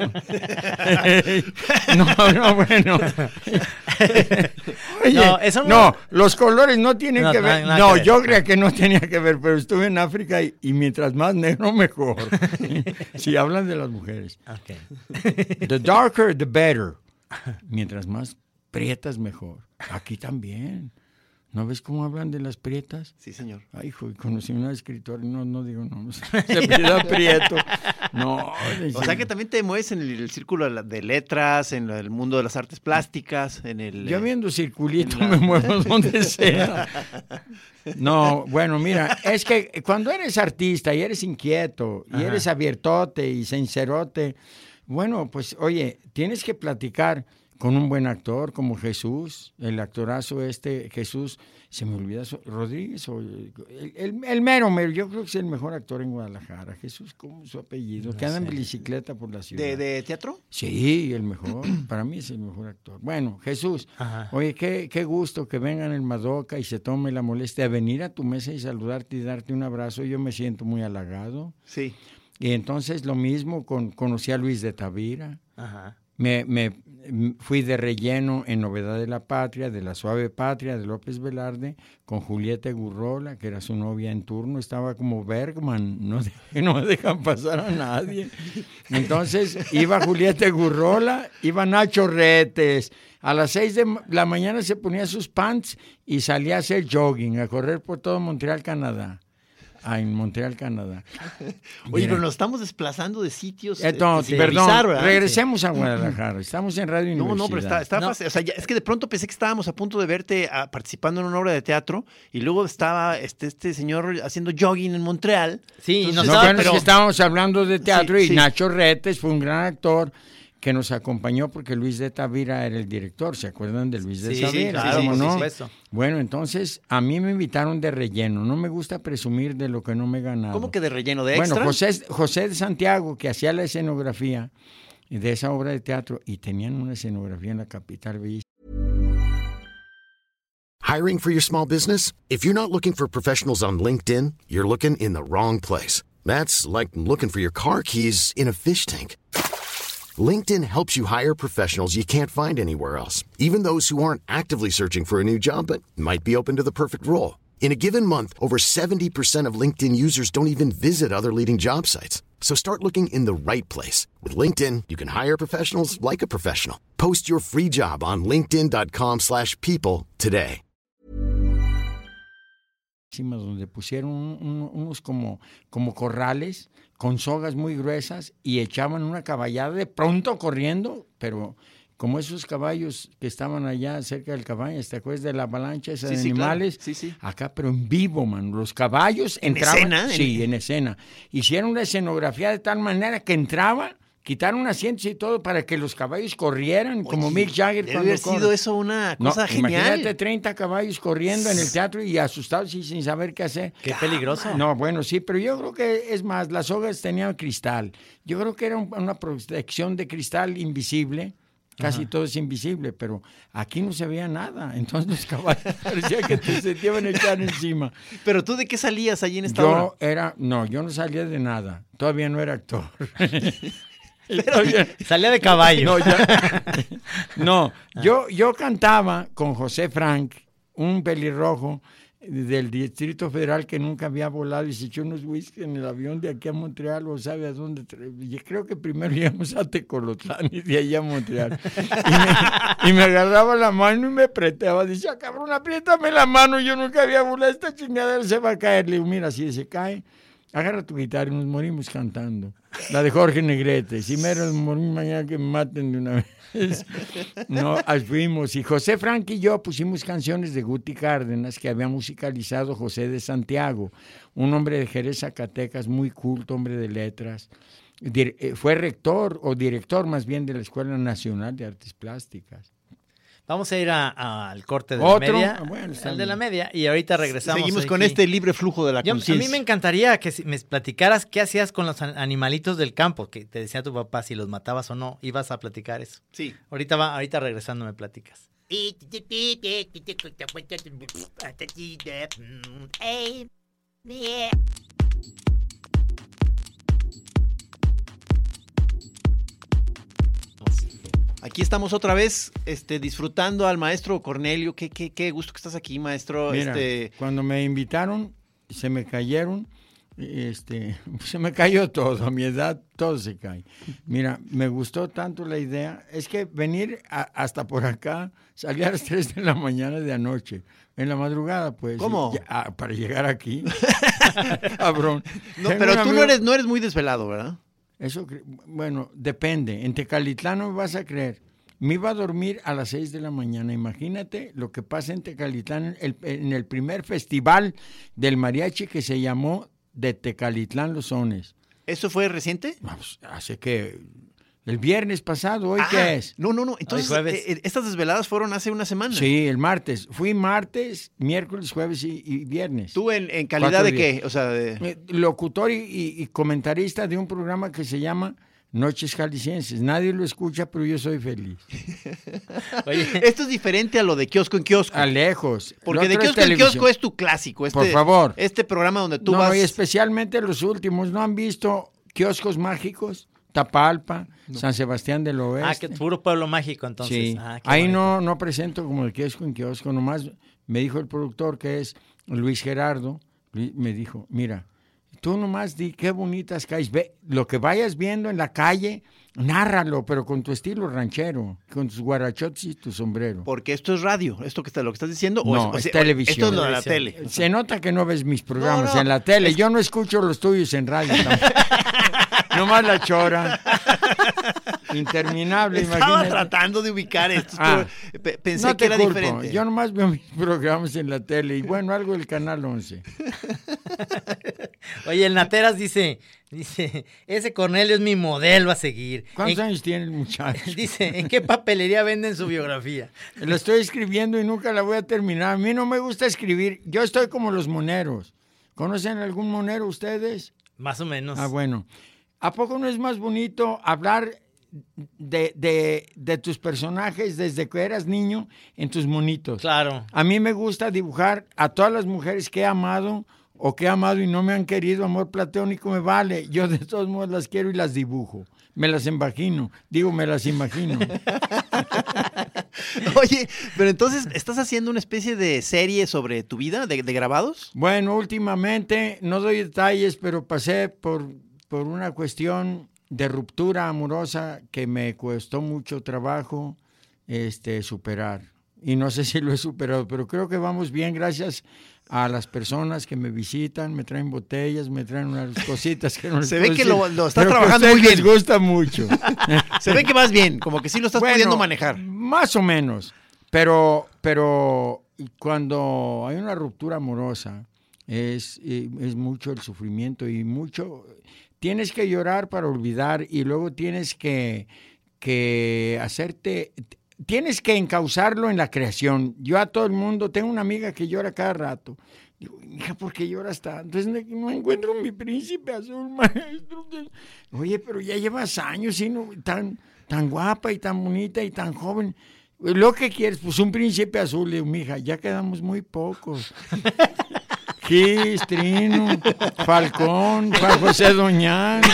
No, bueno. Oye, No, eso no- no, los colores no tienen No, que ver. nada No, que ver. yo creía que no tenía que ver, pero estuve en África y mientras más negro, mejor. Si hablan de las mujeres. Ok. The darker, the better. Mientras más prietas, mejor. Aquí también. ¿No ves cómo hablan de las prietas? Sí, señor. Ay, hijo, conocí una escritora, no digo nombres. Se apellida Prieto. No. O sea que también te mueves en el círculo de letras, en el mundo de las artes plásticas, en el... Yo viendo circulito en la- me muevo donde sea. No, bueno, mira, es que cuando eres artista y eres inquieto y Ajá. eres abiertote y sincerote, bueno, pues oye, tienes que platicar con un buen actor como Jesús, el actorazo Jesús, se me olvida, Rodríguez, o el mero, yo creo que es el mejor actor en Guadalajara, Jesús, ¿cómo es su apellido? Que anda en bicicleta por la ciudad. ¿De teatro? Sí, el mejor. Para mí es el mejor actor. Bueno, Jesús, Ajá. oye, qué gusto que vengan el Madoka y se tome la molestia de venir a tu mesa y saludarte y darte un abrazo. Yo me siento muy halagado. Sí. Y entonces lo mismo conocí a Luis de Tavira. Ajá. Me fui de relleno en Novedad de la Patria, de La Suave Patria, de López Velarde, con Julieta Gurrola, que era su novia en turno. Estaba como Bergman, no dejan pasar a nadie. Entonces iba Julieta Gurrola, iba Nacho Retes. A las 6 de la mañana se ponía sus pants y salía a hacer jogging, a correr por todo Montreal, Canadá. En Montreal, Canadá. Oye, Mira. pero nos estamos desplazando de sitios. Entonces, sin perdón, avisar, ¿verdad? regresemos a Guadalajara. Estamos en Radio Universidad. No, pero está No. fácil. O sea, es que de pronto pensé que estábamos a punto de verte participando en una obra de teatro y luego estaba este señor haciendo jogging en Montreal. Sí, Entonces, nos No, estaba- bueno, es que estábamos hablando de teatro Sí, y sí. Nacho Retes fue un gran actor que nos acompañó porque Luis de Tavira era el director. ¿Se acuerdan de Luis de Sí, Tavira? claro, ¿Cómo por no? supuesto. Bueno, entonces a mí me invitaron de relleno. No me gusta presumir de lo que no me he ganado. ¿Cómo que de relleno de Bueno, extra? José de Santiago, que hacía la escenografía de esa obra de teatro y tenían una escenografía en la capital bellísima. Hiring for your small business? If you're not looking for professionals on LinkedIn, you're looking in the wrong place. That's like looking for your car keys in a fish tank. LinkedIn helps you hire professionals you can't find anywhere else, even those who aren't actively searching for a new job but might be open to the perfect role. In a given month, over 70% of LinkedIn users don't even visit other leading job sites. So start looking in the right place. With LinkedIn, you can hire professionals like a professional. Post your free job on linkedin.com/people today. Donde pusieron unos como corrales con sogas muy gruesas y echaban una caballada de pronto corriendo, pero como esos caballos que estaban allá cerca del caballo, ¿te acuerdas de la avalancha esa de animales? Claro. Sí. Acá, pero en vivo, man. Los caballos entraban. ¿En escena? Sí, en escena. Hicieron una escenografía de tal manera que entraba, quitaron asientos y todo para que los caballos corrieran. Oye, como Mick Jagger cuando haber sido eso una cosa genial. Imagínate 30 caballos corriendo en el teatro y asustados y sin saber qué hacer. Qué peligroso. No, bueno, sí, pero yo creo que, es más, las sogas tenían cristal. Yo creo que era una protección de cristal invisible. Casi todo es invisible, pero aquí no se veía nada. Entonces los caballos parecía que se te iban a echar encima. ¿Pero tú de qué salías allí en esta obra? Yo no salía de nada. Todavía no era actor. Salía de caballo. Yo cantaba con José Frank, un pelirrojo del Distrito Federal que nunca había volado y se echó unos whisky en el avión de aquí a Montreal, o sabe a dónde. Yo creo que primero llegamos a Tecolotlán y de ahí a Montreal. Y me agarraba la mano y me apretaba. Decía, cabrón, apriétame la mano, yo nunca había volado, esta chingadera se va a caer. Le digo, mira, si se cae, agarra tu guitarra y nos morimos cantando. La de Jorge Negrete. Si me morimos mañana que me maten de una vez. No, fuimos. Y José Frank y yo pusimos canciones de Guti Cárdenas que había musicalizado José de Santiago, un hombre de Jerez, Zacatecas, muy culto, hombre de letras. Fue rector o director más bien de la Escuela Nacional de Artes Plásticas. Vamos a ir al corte de la media. Bueno, el de la media. Y ahorita regresamos. Seguimos con este libre flujo de la conciencia. A mí me encantaría que me platicaras qué hacías con los animalitos del campo, que te decía tu papá si los matabas o no. Ibas a platicar eso. Sí. Ahorita regresando me platicas. Aquí estamos otra vez disfrutando al maestro Cornelio. Qué gusto que estás aquí, maestro. Mira, cuando me invitaron, se me cayeron, se me cayó todo. A mi edad, todo se cae. Mira, me gustó tanto la idea. Es que venir hasta por acá, salí a las 3 de la mañana de anoche. En la madrugada, pues. ¿Cómo? Para llegar aquí. Cabrón. No, pero tú no eres muy desvelado, ¿verdad? Eso, bueno, depende. En Tecalitlán no me vas a creer. Me iba a dormir a las 6 de la mañana. Imagínate lo que pasa en Tecalitlán en el primer festival del mariachi que se llamó de Tecalitlán Los Sones. ¿Eso fue reciente? Pues, hace que el viernes pasado, ¿hoy qué es? No. Entonces, estas desveladas fueron hace una semana. Sí, el martes. Fui martes, miércoles, jueves y viernes. ¿Tú en calidad de qué? O sea, locutor y comentarista de un programa que se llama Noches Jaliscienses. Nadie lo escucha, pero yo soy feliz. Oye, esto es diferente a lo de Kiosco en Kiosco. A lejos. Porque de Kiosco en Kiosco es tu clásico. Por favor. Este programa donde tú vas... No, y especialmente los últimos. ¿No han visto Kioscos Mágicos? Tapalpa, San Sebastián del Oeste. Que puro pueblo mágico, entonces. Sí. Ahí no presento como el Kiosco en Kiosco. Nomás me dijo el productor, que es Luis Gerardo, me dijo, mira, tú nomás di qué bonitas calles. Ve, lo que vayas viendo en la calle, nárralo, pero con tu estilo ranchero, con tus guarachotes y tu sombrero. Porque esto es radio, lo que estás diciendo. No, es televisión. Esto es lo de la tele. Se nota que no ves mis programas en la tele. Yo no escucho los tuyos en radio tampoco. Nomás la chora. Interminable, Estaba imagínate. tratando de ubicar esto. Pensé no que era culpo. diferente. Yo nomás veo mis programas en la tele. Y bueno, algo del Canal 11. Oye, el Nateras dice, ese Cornelio es mi modelo a seguir. ¿Cuántos años tiene el muchacho? Dice, ¿en qué papelería venden su biografía? Lo estoy escribiendo y nunca la voy a terminar. A mí no me gusta escribir. Yo estoy como los moneros. ¿Conocen algún monero ustedes? Más o menos. Bueno. ¿A poco no es más bonito hablar de tus personajes desde que eras niño en tus monitos. Claro. A mí me gusta dibujar a todas las mujeres que he amado o que he amado y no me han querido, amor platónico me vale. Yo de todos modos las quiero y las dibujo. Me las imagino. Oye, pero entonces, ¿estás haciendo una especie de serie sobre tu vida, de grabados? Bueno, últimamente, no doy detalles, pero pasé por una cuestión de ruptura amorosa que me costó mucho trabajo superar. Y no sé si lo he superado, pero creo que vamos bien gracias a las personas que me visitan, me traen botellas, me traen unas cositas que no les Se ve que lo estás pero trabajando que muy bien. Les gusta mucho. Se ve que vas bien, como que sí lo estás pudiendo manejar. Más o menos, pero cuando hay una ruptura amorosa es mucho el sufrimiento y mucho... Tienes que llorar para olvidar y luego tienes que hacerte... Tienes que encauzarlo en la creación. Yo a todo el mundo, tengo una amiga que llora cada rato. Digo, hija, ¿por qué lloras tanto? No encuentro mi príncipe azul, maestro. Oye, pero ya llevas años y tan guapa y tan bonita y tan joven. ¿Lo que quieres? Pues un príncipe azul. Le digo, mija, ya quedamos muy pocos. Gis, Trino, Falcón, Juan José Doñán.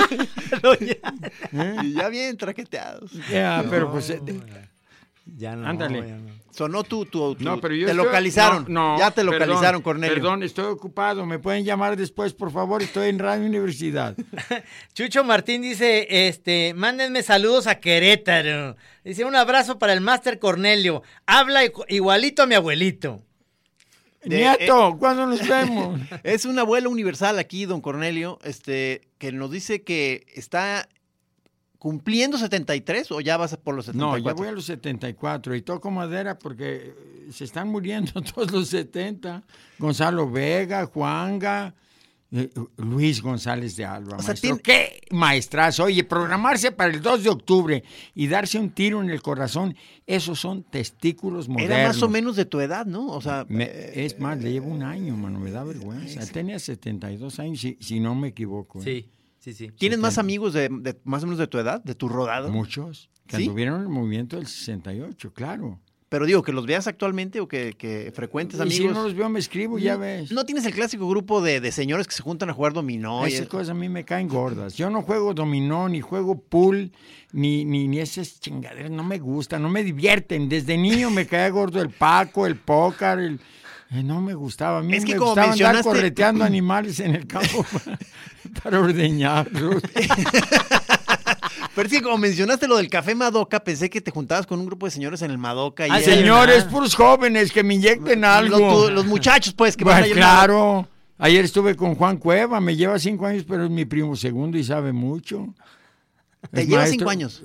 Y ya bien traqueteados. Ya, pero pues... Ya no. Ándale. Ya no. Sonó tu No, pero te localizaron. Ya te localizaron, Cornelio. Perdón, estoy ocupado. ¿Me pueden llamar después, por favor? Estoy en Radio Universidad. Chucho Martín dice, mándenme saludos a Querétaro. Dice, un abrazo para el Máster Cornelio. Habla igualito a mi abuelito. Nieto, ¿cuándo nos vemos? Es un abuelo universal aquí, don Cornelio, que nos dice que está cumpliendo 73 o ya vas por los 74. No, ya voy a los 74 y toco madera porque se están muriendo todos los 70. Gonzalo Vega, Juanga, Luis González de Alba, o sea, maestro. ¡Qué maestrazo! Oye, programarse para el 2 de octubre y darse un tiro en el corazón, esos son testículos modernos. Era más o menos de tu edad, ¿no? O sea, es más, le llevo un año, mano, me da vergüenza. Él tenía 72 años, si no me equivoco. Sí. ¿Tienes más amigos de más o menos de tu edad, de tu rodado? Muchos, que anduvieron en el movimiento del 68, claro. Pero digo, que los veas actualmente o que frecuentes amigos. Y si no los veo, me escribo, ya ves. ¿No tienes el clásico grupo de señores que se juntan a jugar dominó? Esas cosas a mí me caen gordas. Yo no juego dominó, ni juego pool, ni esas chingaderas. No me gustan, no me divierten. Desde niño me caía gordo el paco, el póker, no me gustaba. A mí me gustaba andar correteando animales en el campo para ordeñarlos. Pero es que como mencionaste lo del café Madoka, pensé que te juntabas con un grupo de señores en el Madoka. Y señores, puros jóvenes que me inyecten algo. Los muchachos, pues, que van a llevar. Claro. Ayer estuve con Juan Cueva, me lleva 5 años, pero es mi primo segundo y sabe mucho. ¿Te lleva 5 años?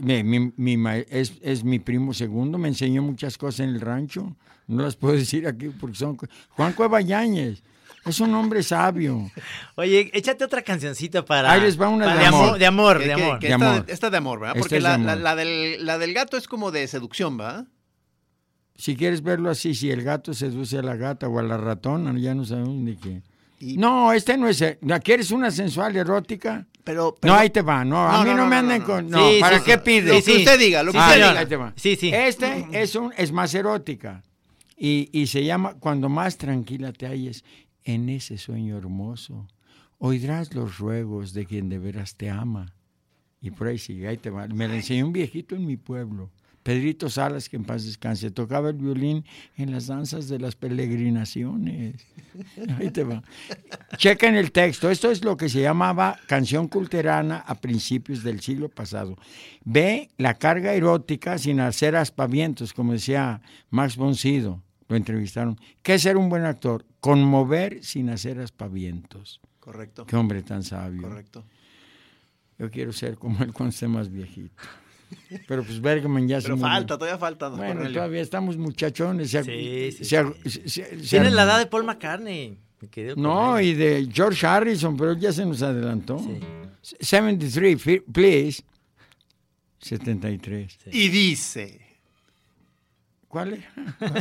Es mi primo segundo, me enseñó muchas cosas en el rancho. No las puedo decir aquí porque son... Juan Cueva Yáñez. Es un hombre sabio. Oye, échate otra cancioncita para... Ahí les va una de amor. De amor. Esta de amor, ¿verdad? Porque la del gato es como de seducción, ¿verdad? Si quieres verlo así, si el gato seduce a la gata o a la ratona, ya no sabemos ni qué. No, no es... ¿Quieres una sensual erótica? Pero no, ahí te va. No, a mí no me anden con... No, sí, ¿para qué pides? Lo que usted diga, lo que usted diga. Ahí te va. Sí. Es más erótica. Y se llama Cuando más tranquila te halles en ese sueño hermoso, oirás los ruegos de quien de veras te ama. Y por ahí sigue, ahí te va. Me la enseñó un viejito en mi pueblo, Pedrito Salas, que en paz descanse. Tocaba el violín en las danzas de las peregrinaciones. Ahí te va. Chequen el texto. Esto es lo que se llamaba canción culterana a principios del siglo pasado. Ve la carga erótica sin hacer aspavientos, como decía Max von Sydow. Lo entrevistaron. ¿Qué es ser un buen actor? Conmover sin hacer aspavientos. Correcto. Qué hombre tan sabio. Correcto. Yo quiero ser como él cuando esté más viejito. Pero pues Bergman ya se Pero todavía falta. Bueno, Cornelio. Todavía estamos muchachones. Sí. Tienes la edad de Paul McCartney. No, y de George Harrison, pero ya se nos adelantó. Sí. 73, please. 73. Sí. Y dice... ¿Cuál es?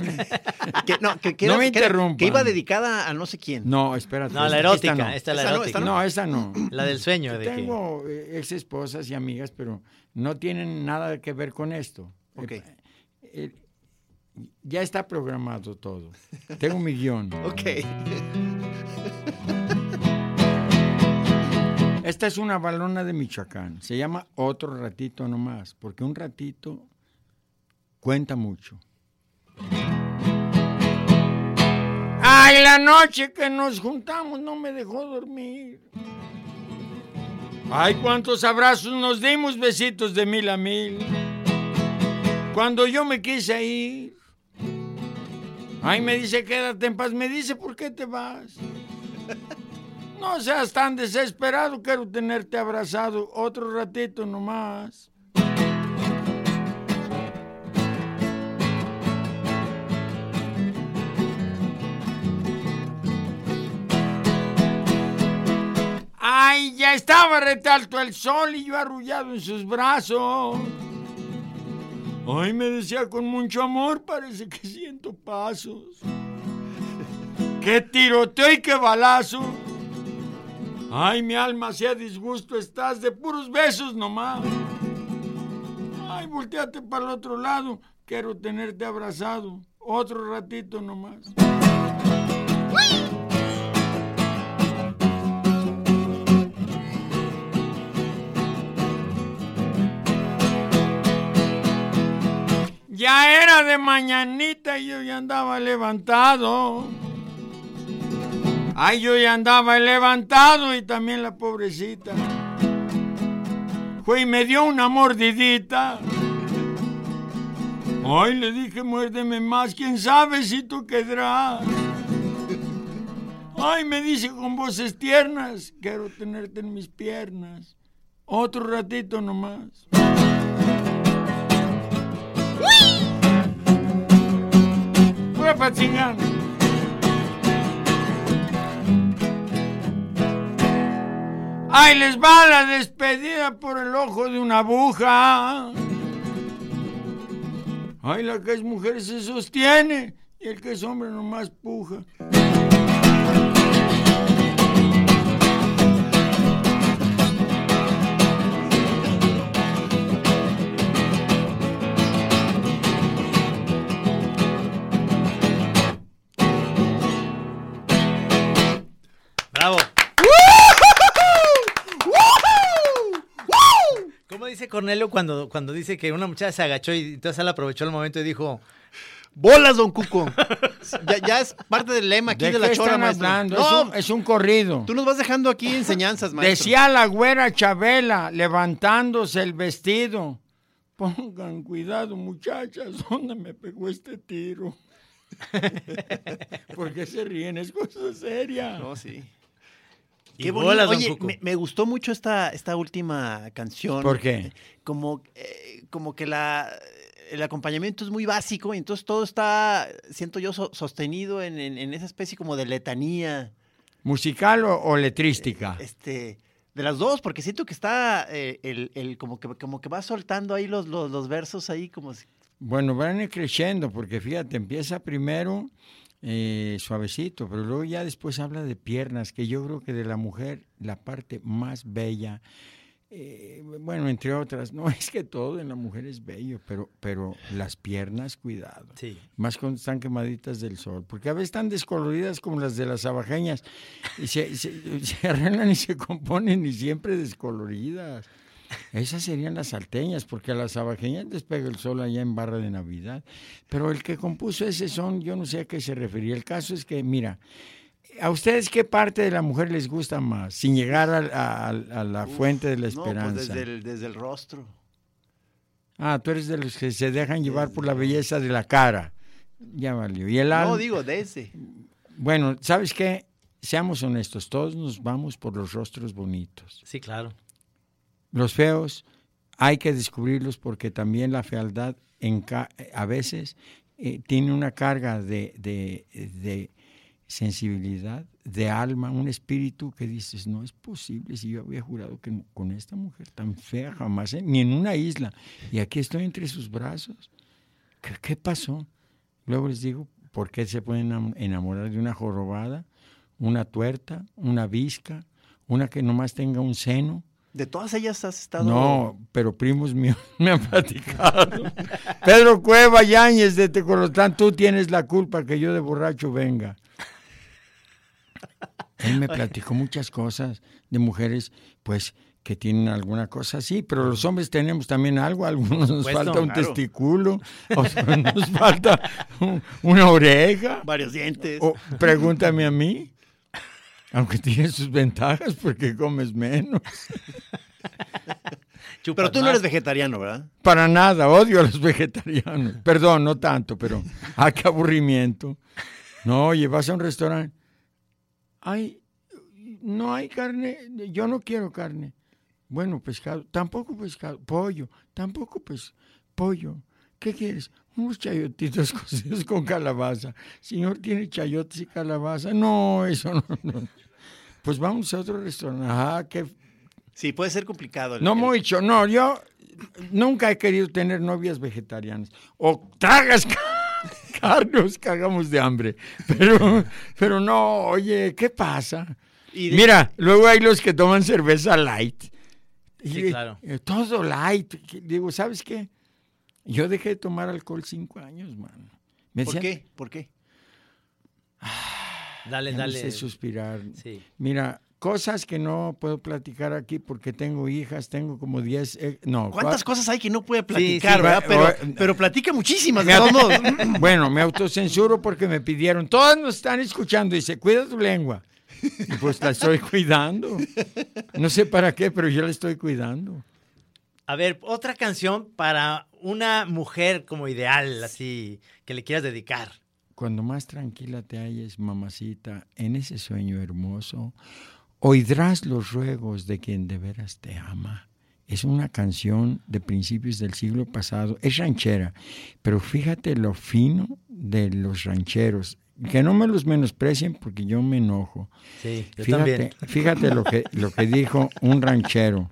No me interrumpan. Que iba dedicada a no sé quién. No, espérate. No, la erótica. Esta es la Esa no, erótica. esta No, esa no. La del sueño. Tengo ex esposas y amigas, pero no tienen nada que ver con esto. Ok. Ya está programado todo. Tengo mi guión. Ok. Esta es una balona de Michoacán. Se llama Otro Ratito Nomás, porque un ratito cuenta mucho. Ay, la noche que nos juntamos no me dejó dormir. Ay, cuántos abrazos nos dimos, besitos de 1000 a 1000. Cuando yo me quise ir, ay, me dice, quédate en paz. Me dice, ¿por qué te vas? No seas tan desesperado, quiero tenerte abrazado otro ratito nomás. Ay, ya estaba retalto el sol y yo arrullado en sus brazos. Ay, me decía con mucho amor, parece que siento pasos. ¡Qué tiroteo y qué balazo! Ay, mi alma hacía disgusto, estás de puros besos nomás. Ay, volteate para el otro lado, quiero tenerte abrazado otro ratito nomás. Ya era de mañanita y yo ya andaba levantado. Ay, yo ya andaba levantado y también la pobrecita. Fue y me dio una mordidita. Ay, le dije, muérdeme más, quién sabe si tú quedarás. Ay, me dice con voces tiernas, quiero tenerte en mis piernas otro ratito nomás. ¡Pura pa' chingar! ¡Ay, les va la despedida por el ojo de una aguja! ¡Ay, la que es mujer se sostiene y el que es hombre nomás puja! ¡Bravo! ¿Cómo dice Cornelio cuando dice que una muchacha se agachó y entonces él aprovechó el momento y dijo... ¡Bolas, don Cuco! ya es parte del lema aquí de la chora, maestro. Hablando? No, Es un corrido. tú nos vas dejando aquí enseñanzas, maestro. Decía la güera Chabela, levantándose el vestido. Pongan cuidado, muchachas, ¿dónde me pegó este tiro? ¿Por qué se ríen? Es cosa seria. No, sí. Y Qué bolas, bonito. don Oye, Cuco. me gustó mucho esta última canción. ¿Por qué? Como que el acompañamiento es muy básico y entonces todo está, siento yo, sostenido en esa especie como de letanía. ¿Musical o letrística? De las dos, porque siento que está como que va soltando ahí los versos ahí como si... Bueno, van a ir creciendo, porque fíjate, empieza primero suavecito, pero luego ya después habla de piernas, que yo creo que de la mujer la parte más bella, bueno, entre otras, no es que todo en la mujer es bello, pero las piernas, cuidado, Sí. más cuando están quemaditas del sol, porque a veces están descoloridas como las de las abajeñas, y se arreglan y se componen y siempre descoloridas. Esas serían las salteñas, porque a las abajeñas les pega el sol allá en Barra de Navidad. Pero el que compuso ese son, yo no sé a qué se refería. El caso es que, mira, ¿a ustedes qué parte de la mujer les gusta más? Sin llegar a la fuente de la esperanza. No, pues desde el rostro. Ah, tú eres de los que se dejan llevar por la belleza de la cara. Ya valió. ¿Y el alma? No, digo, de ese. Bueno, ¿sabes qué? Seamos honestos, todos nos vamos por los rostros bonitos. Sí, claro. Los feos hay que descubrirlos porque también la fealdad a veces tiene una carga de sensibilidad, de alma, un espíritu que dices, no es posible, si yo había jurado que con esta mujer tan fea jamás, ni en una isla, y aquí estoy entre sus brazos. ¿Qué pasó? Luego les digo, ¿por qué se pueden enamorar de una jorobada, una tuerta, una visca, una que nomás tenga un seno? ¿De todas ellas has estado...? No, pero primos míos me han platicado. Pedro Cueva Yáñez de Tecolotlán, tú tienes la culpa que yo de borracho venga. Él me platicó muchas cosas de mujeres, pues, que tienen alguna cosa así, pero los hombres tenemos también algo, a algunos nos falta un testículo, o nos falta una oreja. Varios dientes. O pregúntame a mí. Aunque tiene sus ventajas porque comes menos. Pero tú no eres vegetariano, ¿verdad? Para nada, odio a los vegetarianos. Perdón, no tanto, pero qué aburrimiento. No, oye, vas a un restaurante. Ay, no hay carne, yo no quiero carne. Bueno, pescado, tampoco pescado. Pollo, tampoco pollo. ¿Qué quieres? Unos chayotitos cocidos con calabaza. Señor, ¿tiene chayotes y calabaza? No, eso no. Pues vamos a otro restaurante. Sí, puede ser complicado. Yo nunca he querido tener novias vegetarianas. O tragas carne, os cagamos de hambre. Pero no, oye, ¿qué pasa? Mira, luego hay los que toman cerveza light. Sí, claro. Todo light. Digo, ¿sabes qué? Yo dejé de tomar alcohol 5 años, mano. ¿Por qué? Dale. No sé suspirar. Sí. Mira, cosas que no puedo platicar aquí porque tengo hijas, tengo como 10... ¿Cuántas cosas hay que no puede platicar, verdad? Pero platica muchísimas. Bueno, me autocensuro porque me pidieron, todos nos están escuchando, dice, cuida tu lengua. Y pues la estoy cuidando. No sé para qué, pero yo la estoy cuidando. A ver, otra canción para una mujer como ideal, así, que le quieras dedicar. Cuando más tranquila te halles, mamacita, en ese sueño hermoso, oirás los ruegos de quien de veras te ama. Es una canción de principios del siglo pasado, es ranchera, pero fíjate lo fino de los rancheros. Que no me los menosprecien porque yo me enojo. Sí, yo también. Fíjate lo que dijo un ranchero.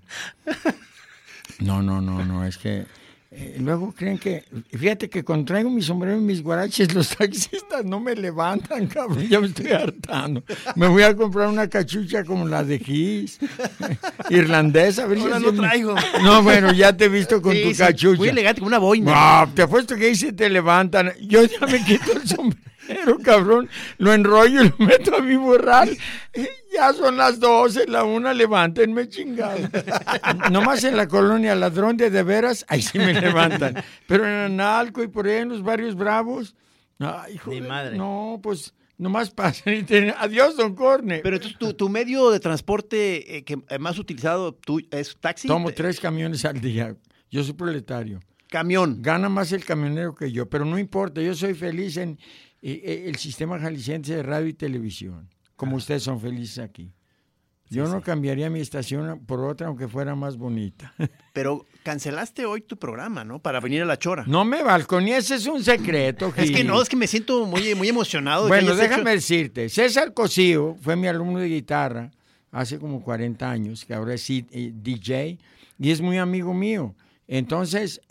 No, es que luego creen que, fíjate que cuando traigo mi sombrero y mis guaraches, los taxistas no me levantan, cabrón, ya me estoy hartando. Me voy a comprar una cachucha como la de Kiss, irlandesa. A ver Ahora si no traigo. No, bueno, ya te he visto con tu cachucha. Muy elegante, con una boina. No, te apuesto que ahí se te levantan. Yo ya me quito el sombrero, cabrón, lo enrollo y lo meto a mi morral. Ya son las 12, la 1, levántenme, chingado. Nomás en la colonia Ladrón de veras, ahí sí me levantan. Pero en Analco y por ahí en los barrios bravos, ay, joder, mi madre. No, pues nomás pasan y te... Adiós, don Corne. Pero entonces tu medio de transporte que más utilizado es taxi. Tomo 3 camiones al día. Yo soy proletario. Camión. Gana más el camionero que yo, pero no importa, yo soy feliz en el sistema jalisciense de radio y televisión, como ustedes son felices aquí. Yo no cambiaría mi estación por otra, aunque fuera más bonita. Pero cancelaste hoy tu programa, ¿no? Para venir a La Chora. No me balconí, ese es un secreto, Gil. Es que me siento muy, muy emocionado. Bueno, déjame decirte, César Cosío fue mi alumno de guitarra hace como 40 años, que ahora es DJ, y es muy amigo mío. Entonces,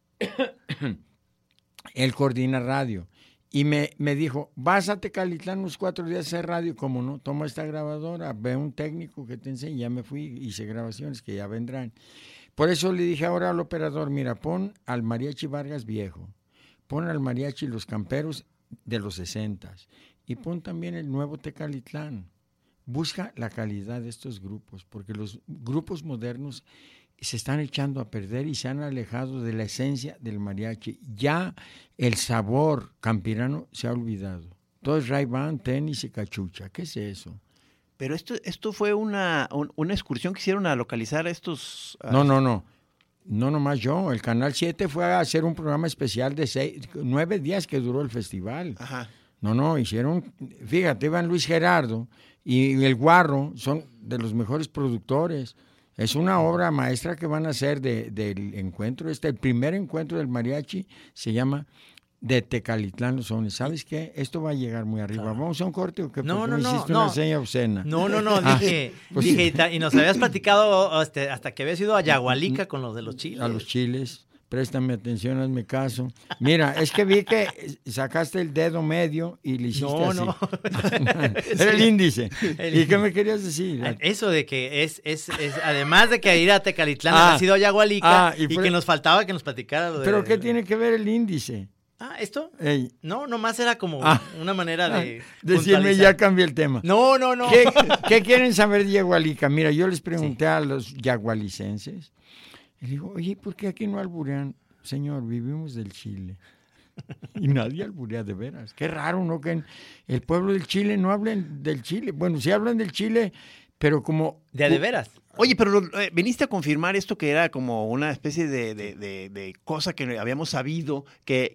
él coordina radio. Y me dijo, vas a Tecalitlán unos 4 días a hacer radio. Como no, toma esta grabadora, ve un técnico que te enseñe. Ya me fui, hice grabaciones que ya vendrán. Por eso le dije ahora al operador, mira, pon al Mariachi Vargas viejo, pon al Mariachi Los Camperos de los 60s y pon también el nuevo Tecalitlán. Busca la calidad de estos grupos, porque los grupos modernos se están echando a perder y se han alejado de la esencia del mariachi. Ya el sabor campirano se ha olvidado. Todo es Ray-Ban, tenis y cachucha. ¿Qué es eso? Pero esto fue una excursión que hicieron a localizar estos... No nomás yo. El Canal 7 fue a hacer un programa especial de 9 días que duró el festival. Ajá. No, hicieron... Fíjate, Iván Luis Gerardo y el Guarro son de los mejores productores. Es una obra maestra que van a hacer del encuentro. El primer encuentro del mariachi se llama de Tecalitlán Los Sones. ¿Sabes qué? Esto va a llegar muy arriba. Claro. ¿Vamos a un corte o qué? No. Hiciste una seña obscena. No. Dije, y nos habías platicado hasta que habías ido a Yagualica con los de los chiles. A los chiles. préstame atención, hazme caso. Mira, es que vi que sacaste el dedo medio y le hiciste así. No. Era el índice. ¿Y qué me querías decir? Eso de que es además de que ir a Tecalitlán ha sido Yagualica y que nos faltaba que nos platicara lo de... ¿Pero qué tiene que ver el índice? ¿Esto? Ey. No, nomás era como una manera de decirme, ya cambié el tema. No. ¿Qué quieren saber de Yagualica? Mira, yo les pregunté a los yagualicenses, y digo, oye, ¿por qué aquí no alburean? Señor, vivimos del Chile. Y nadie alburea de veras. Qué raro, ¿no? Que en el pueblo del Chile no hablen del Chile. Bueno, sí hablan del Chile, pero como... ¿De veras? Oye, pero viniste a confirmar esto que era como una especie de cosa que habíamos sabido, que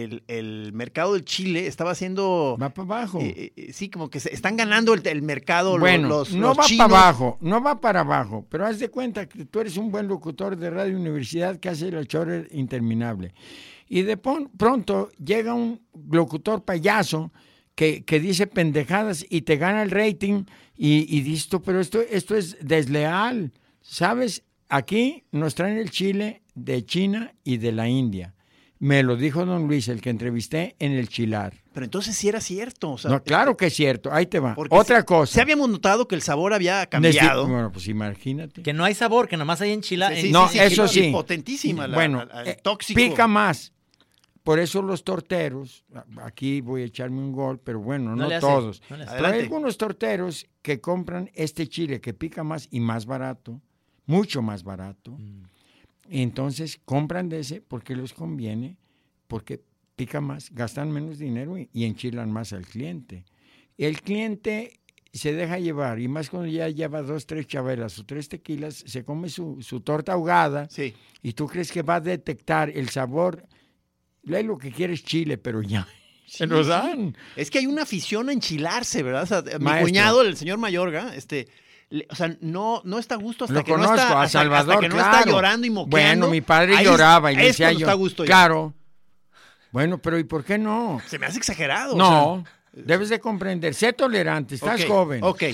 el mercado del Chile estaba haciendo... Va para abajo. Sí, como que se están ganando el mercado bueno, los no va chinos. para abajo, no va para abajo, pero haz de cuenta que tú eres un buen locutor de Radio Universidad que hace la chora interminable. Y de pronto llega un locutor payaso que dice pendejadas y te gana el rating y dices tú, pero esto es desleal, ¿sabes? Aquí nos traen el chile de China y de la India. Me lo dijo don Luis, el que entrevisté en el Chilar. Pero entonces sí era cierto. O sea, no, claro que es cierto, ahí te va. Otra cosa. Sí habíamos notado que el sabor había cambiado. Bueno, pues imagínate. Que no hay sabor, que nomás hay enchiladas. Sí, eso sí. Potentísima el tóxico. Pica más. Por eso los torteros, aquí voy a echarme un gol, pero bueno, no todos. Pero hay algunos torteros que compran este chile que pica más y más barato, mucho más barato. Entonces compran de ese porque les conviene, porque pica más, gastan menos dinero y enchilan más al cliente. El cliente se deja llevar, y más cuando ya lleva 2, 3 chavelas o 3 tequilas, se come su torta ahogada, y tú crees que va a detectar el sabor. Lo que quiere es chile, pero ya se nos dan. Sí. Es que hay una afición a enchilarse, ¿verdad? O sea, mi cuñado, el señor Mayorga, o sea, no está a gusto hasta que no está, a Salvador, hasta que no está llorando y moqueando. Bueno, mi padre lloraba y le decía yo, está a gusto claro. Bueno, pero ¿y por qué no? Se me hace exagerado. No, o sea, debes de comprender. Sé tolerante, estás joven. Ok.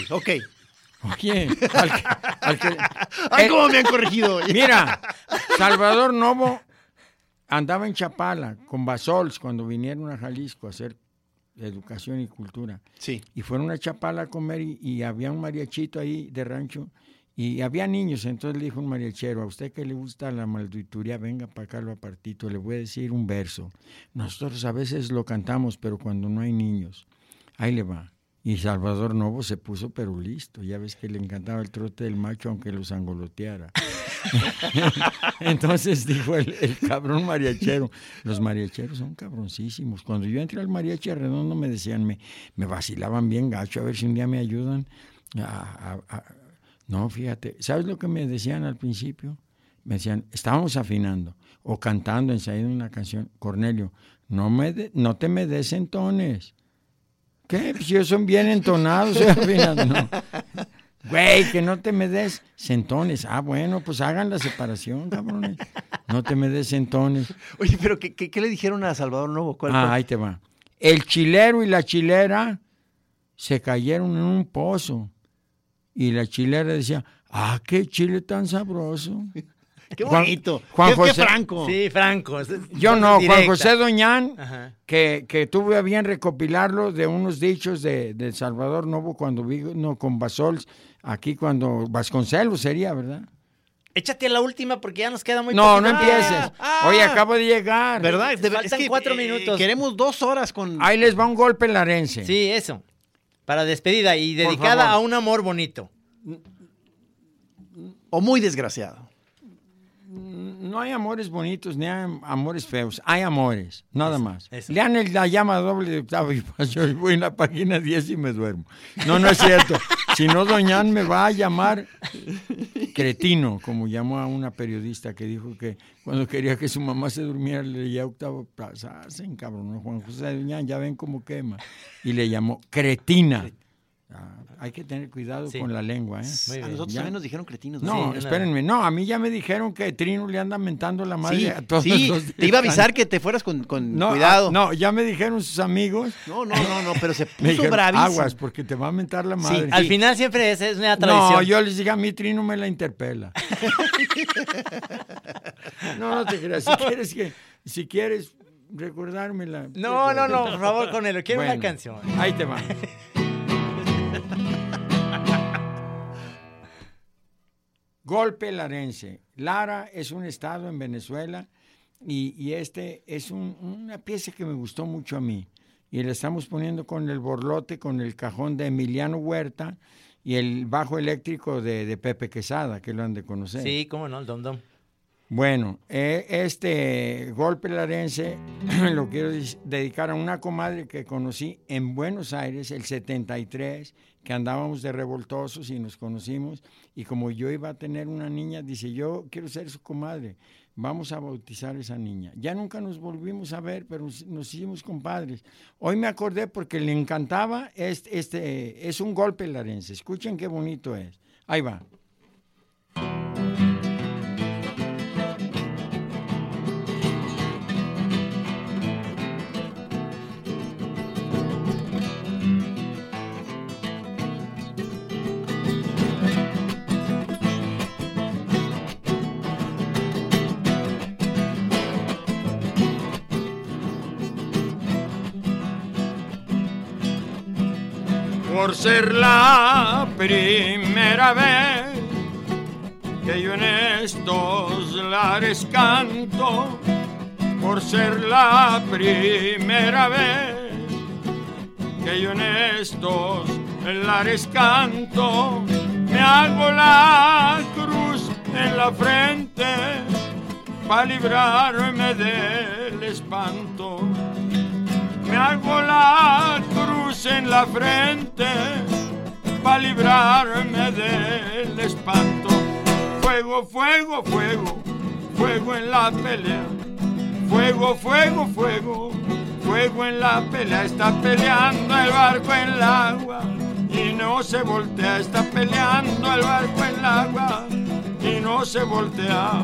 Oye, Ay, cómo me han corregido. Mira, Salvador Novo andaba en Chapala con Basols cuando vinieron a Jalisco a hacer educación y cultura. Sí. Y fueron a Chapala a comer y había un mariachito ahí de rancho y había niños. Entonces le dijo un mariachero, a usted que le gusta la maldituría, venga para acá lo apartito, le voy a decir un verso. Nosotros a veces lo cantamos, pero cuando no hay niños, ahí le va. Y Salvador Novo se puso pero listo. Ya ves que le encantaba el trote del macho aunque lo sangoloteara. Entonces dijo el cabrón mariachero. Los mariacheros son cabroncísimos. Cuando yo entré al mariachi Arredondo me decían, me vacilaban bien gacho, a ver si un día me ayudan. No, fíjate. ¿Sabes lo que me decían al principio? Me decían, estábamos afinando o cantando, ensayando una canción. Cornelio, no te me des entones. ¿Qué? Pues ellos son bien entonados. No. Güey, que no te me des centones. Bueno, pues hagan la separación, cabrones. No te me des centones. Oye, pero ¿qué le dijeron a Salvador Novo? ¿Cuál? Ahí te va. El chilero y la chilera se cayeron en un pozo. Y la chilera decía, qué chile tan sabroso. Qué bonito. Juan José, qué franco. Sí, franco. Yo no, directa. Juan José Doñán, que tuve a bien recopilarlo de unos dichos de Salvador Novo cuando vino con Basols, aquí cuando Vasconcelos sería, ¿verdad? Échate la última porque ya nos queda muy No, poquito. no empieces. Oye, acabo de llegar. ¿Verdad? Faltan 4 minutos. Queremos 2 horas con... Ahí les va un golpe larense. Sí, eso. Para despedida y dedicada a un amor bonito. O muy desgraciado. No hay amores bonitos ni hay amores feos. Hay amores, nada más. Eso. Lean la llama doble de Octavio Paz. Yo voy en la página 10 y me duermo. No es cierto. Si no, Doñán me va a llamar cretino, como llamó a una periodista que dijo que cuando quería que su mamá se durmiera le leía Octavio Paz. Se encabronó Juan José Doñán, ya ven cómo quema. Y le llamó cretina. Hay que tener cuidado Sí. con la lengua, ¿eh? Muy A bien. nosotros ¿Ya? también nos dijeron cretinos. No, Sí, espérenme. No, a mí ya me dijeron que Trino le anda mentando la madre Sí, a todos sí, los te iba a avisar que te fueras con No, cuidado. no, ya me dijeron sus amigos. No, pero se Me puso dijeron, bravísimo. aguas, porque te va a mentar la madre. Al final siempre es una tradición. No, yo les dije, a mí Trino me la interpela. No te creas. Si quieres recordármela. No, por favor, con él. Quiero una Bueno, canción. Ahí te va. Golpe larense. Lara es un estado en Venezuela y este es una pieza que me gustó mucho a mí. Y la estamos poniendo con el borlote, con el cajón de Emiliano Huerta y el bajo eléctrico de Pepe Quesada, que lo han de conocer. Sí, cómo no, el dom dom. Bueno, este golpe larense lo quiero dedicar a una comadre que conocí en Buenos Aires el 73, que andábamos de revoltosos y nos conocimos, y como yo iba a tener una niña, dice, yo quiero ser su comadre, vamos a bautizar a esa niña. Ya nunca nos volvimos a ver, pero nos hicimos compadres. Hoy me acordé porque le encantaba, es un golpe larense, escuchen qué bonito es. Ahí va. Por ser la primera vez que yo en estos lares canto, por ser la primera vez que yo en estos lares canto, me hago la cruz en la frente para librarme del espanto. Me hago la cruz en la frente para librarme del espanto. Fuego, fuego, fuego, fuego en la pelea. Fuego, fuego, fuego, fuego en la pelea. Está peleando el barco en el agua y no se voltea. Está peleando el barco en el agua y no se voltea.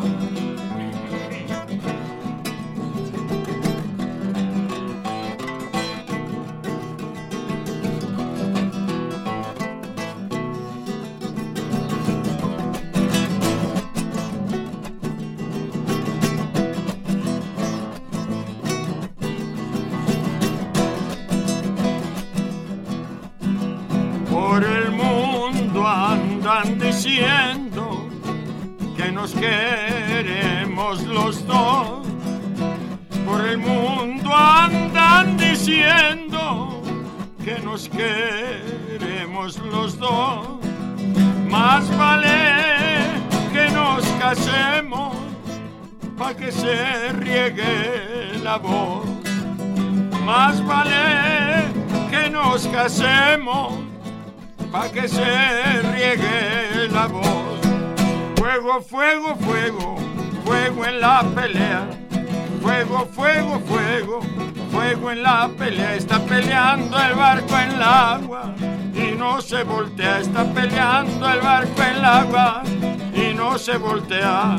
Por el mundo andan diciendo que nos queremos los dos. Por el mundo andan diciendo que nos queremos los dos. Más vale que nos casemos pa' que se riegue la voz. Más vale que nos casemos pa' que se riegue la voz. Fuego, fuego, fuego, fuego en la pelea. Fuego, fuego, fuego, fuego en la pelea. Está peleando el barco en el agua y no se voltea. Está peleando el barco en el agua y no se voltea.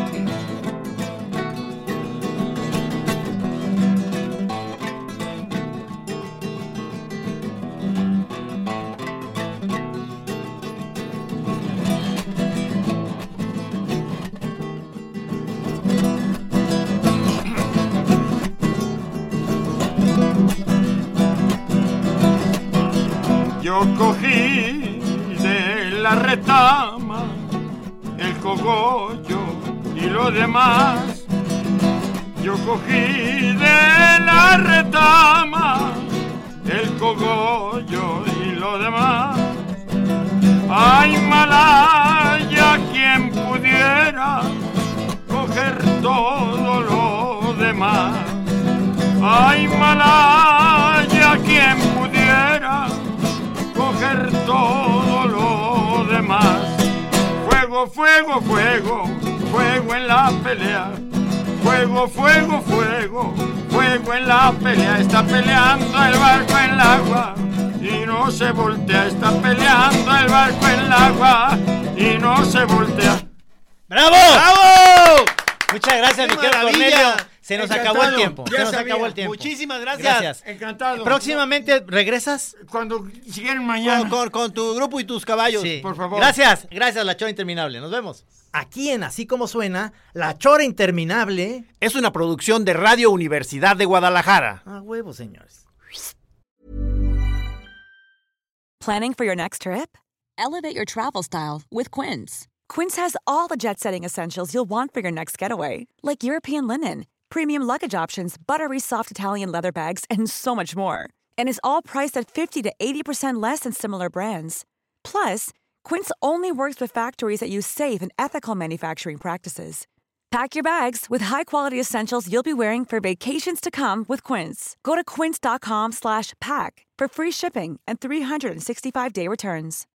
Yo cogí de la retama el cogollo y lo demás. Yo cogí de la retama el cogollo y lo demás. Ay, Malaya, quien pudiera coger todo lo demás. Ay, Malaya, quien pudiera coger todo lo demás. Fuego, fuego, fuego, fuego en la pelea. Fuego, fuego, fuego, fuego en la pelea. Está peleando el barco en el agua y no se voltea. Está peleando el barco en el agua y no se voltea. ¡Bravo! ¡Bravo! Muchas gracias, mi querido Cornelio. Se nos acabó el tiempo. Ya Se nos sabía. acabó el tiempo. Muchísimas gracias. Encantado. Próximamente, ¿regresas? Cuando siguen mañana. Con tu grupo y tus caballos. Sí. Por favor. Gracias, La Chora Interminable. Nos vemos. Aquí en Así Como Suena, La Chora Interminable. Es una producción de Radio Universidad de Guadalajara. A huevo, señores. Planning for your next trip? Elevate your travel style with Quince. Quince has all the jet-setting essentials you'll want for your next getaway, like European linen, premium luggage options, buttery soft Italian leather bags, and so much more. And is all priced at 50 to 80% less than similar brands. Plus, Quince only works with factories that use safe and ethical manufacturing practices. Pack your bags with high-quality essentials you'll be wearing for vacations to come with Quince. Go to quince.com/pack for free shipping and 365-day returns.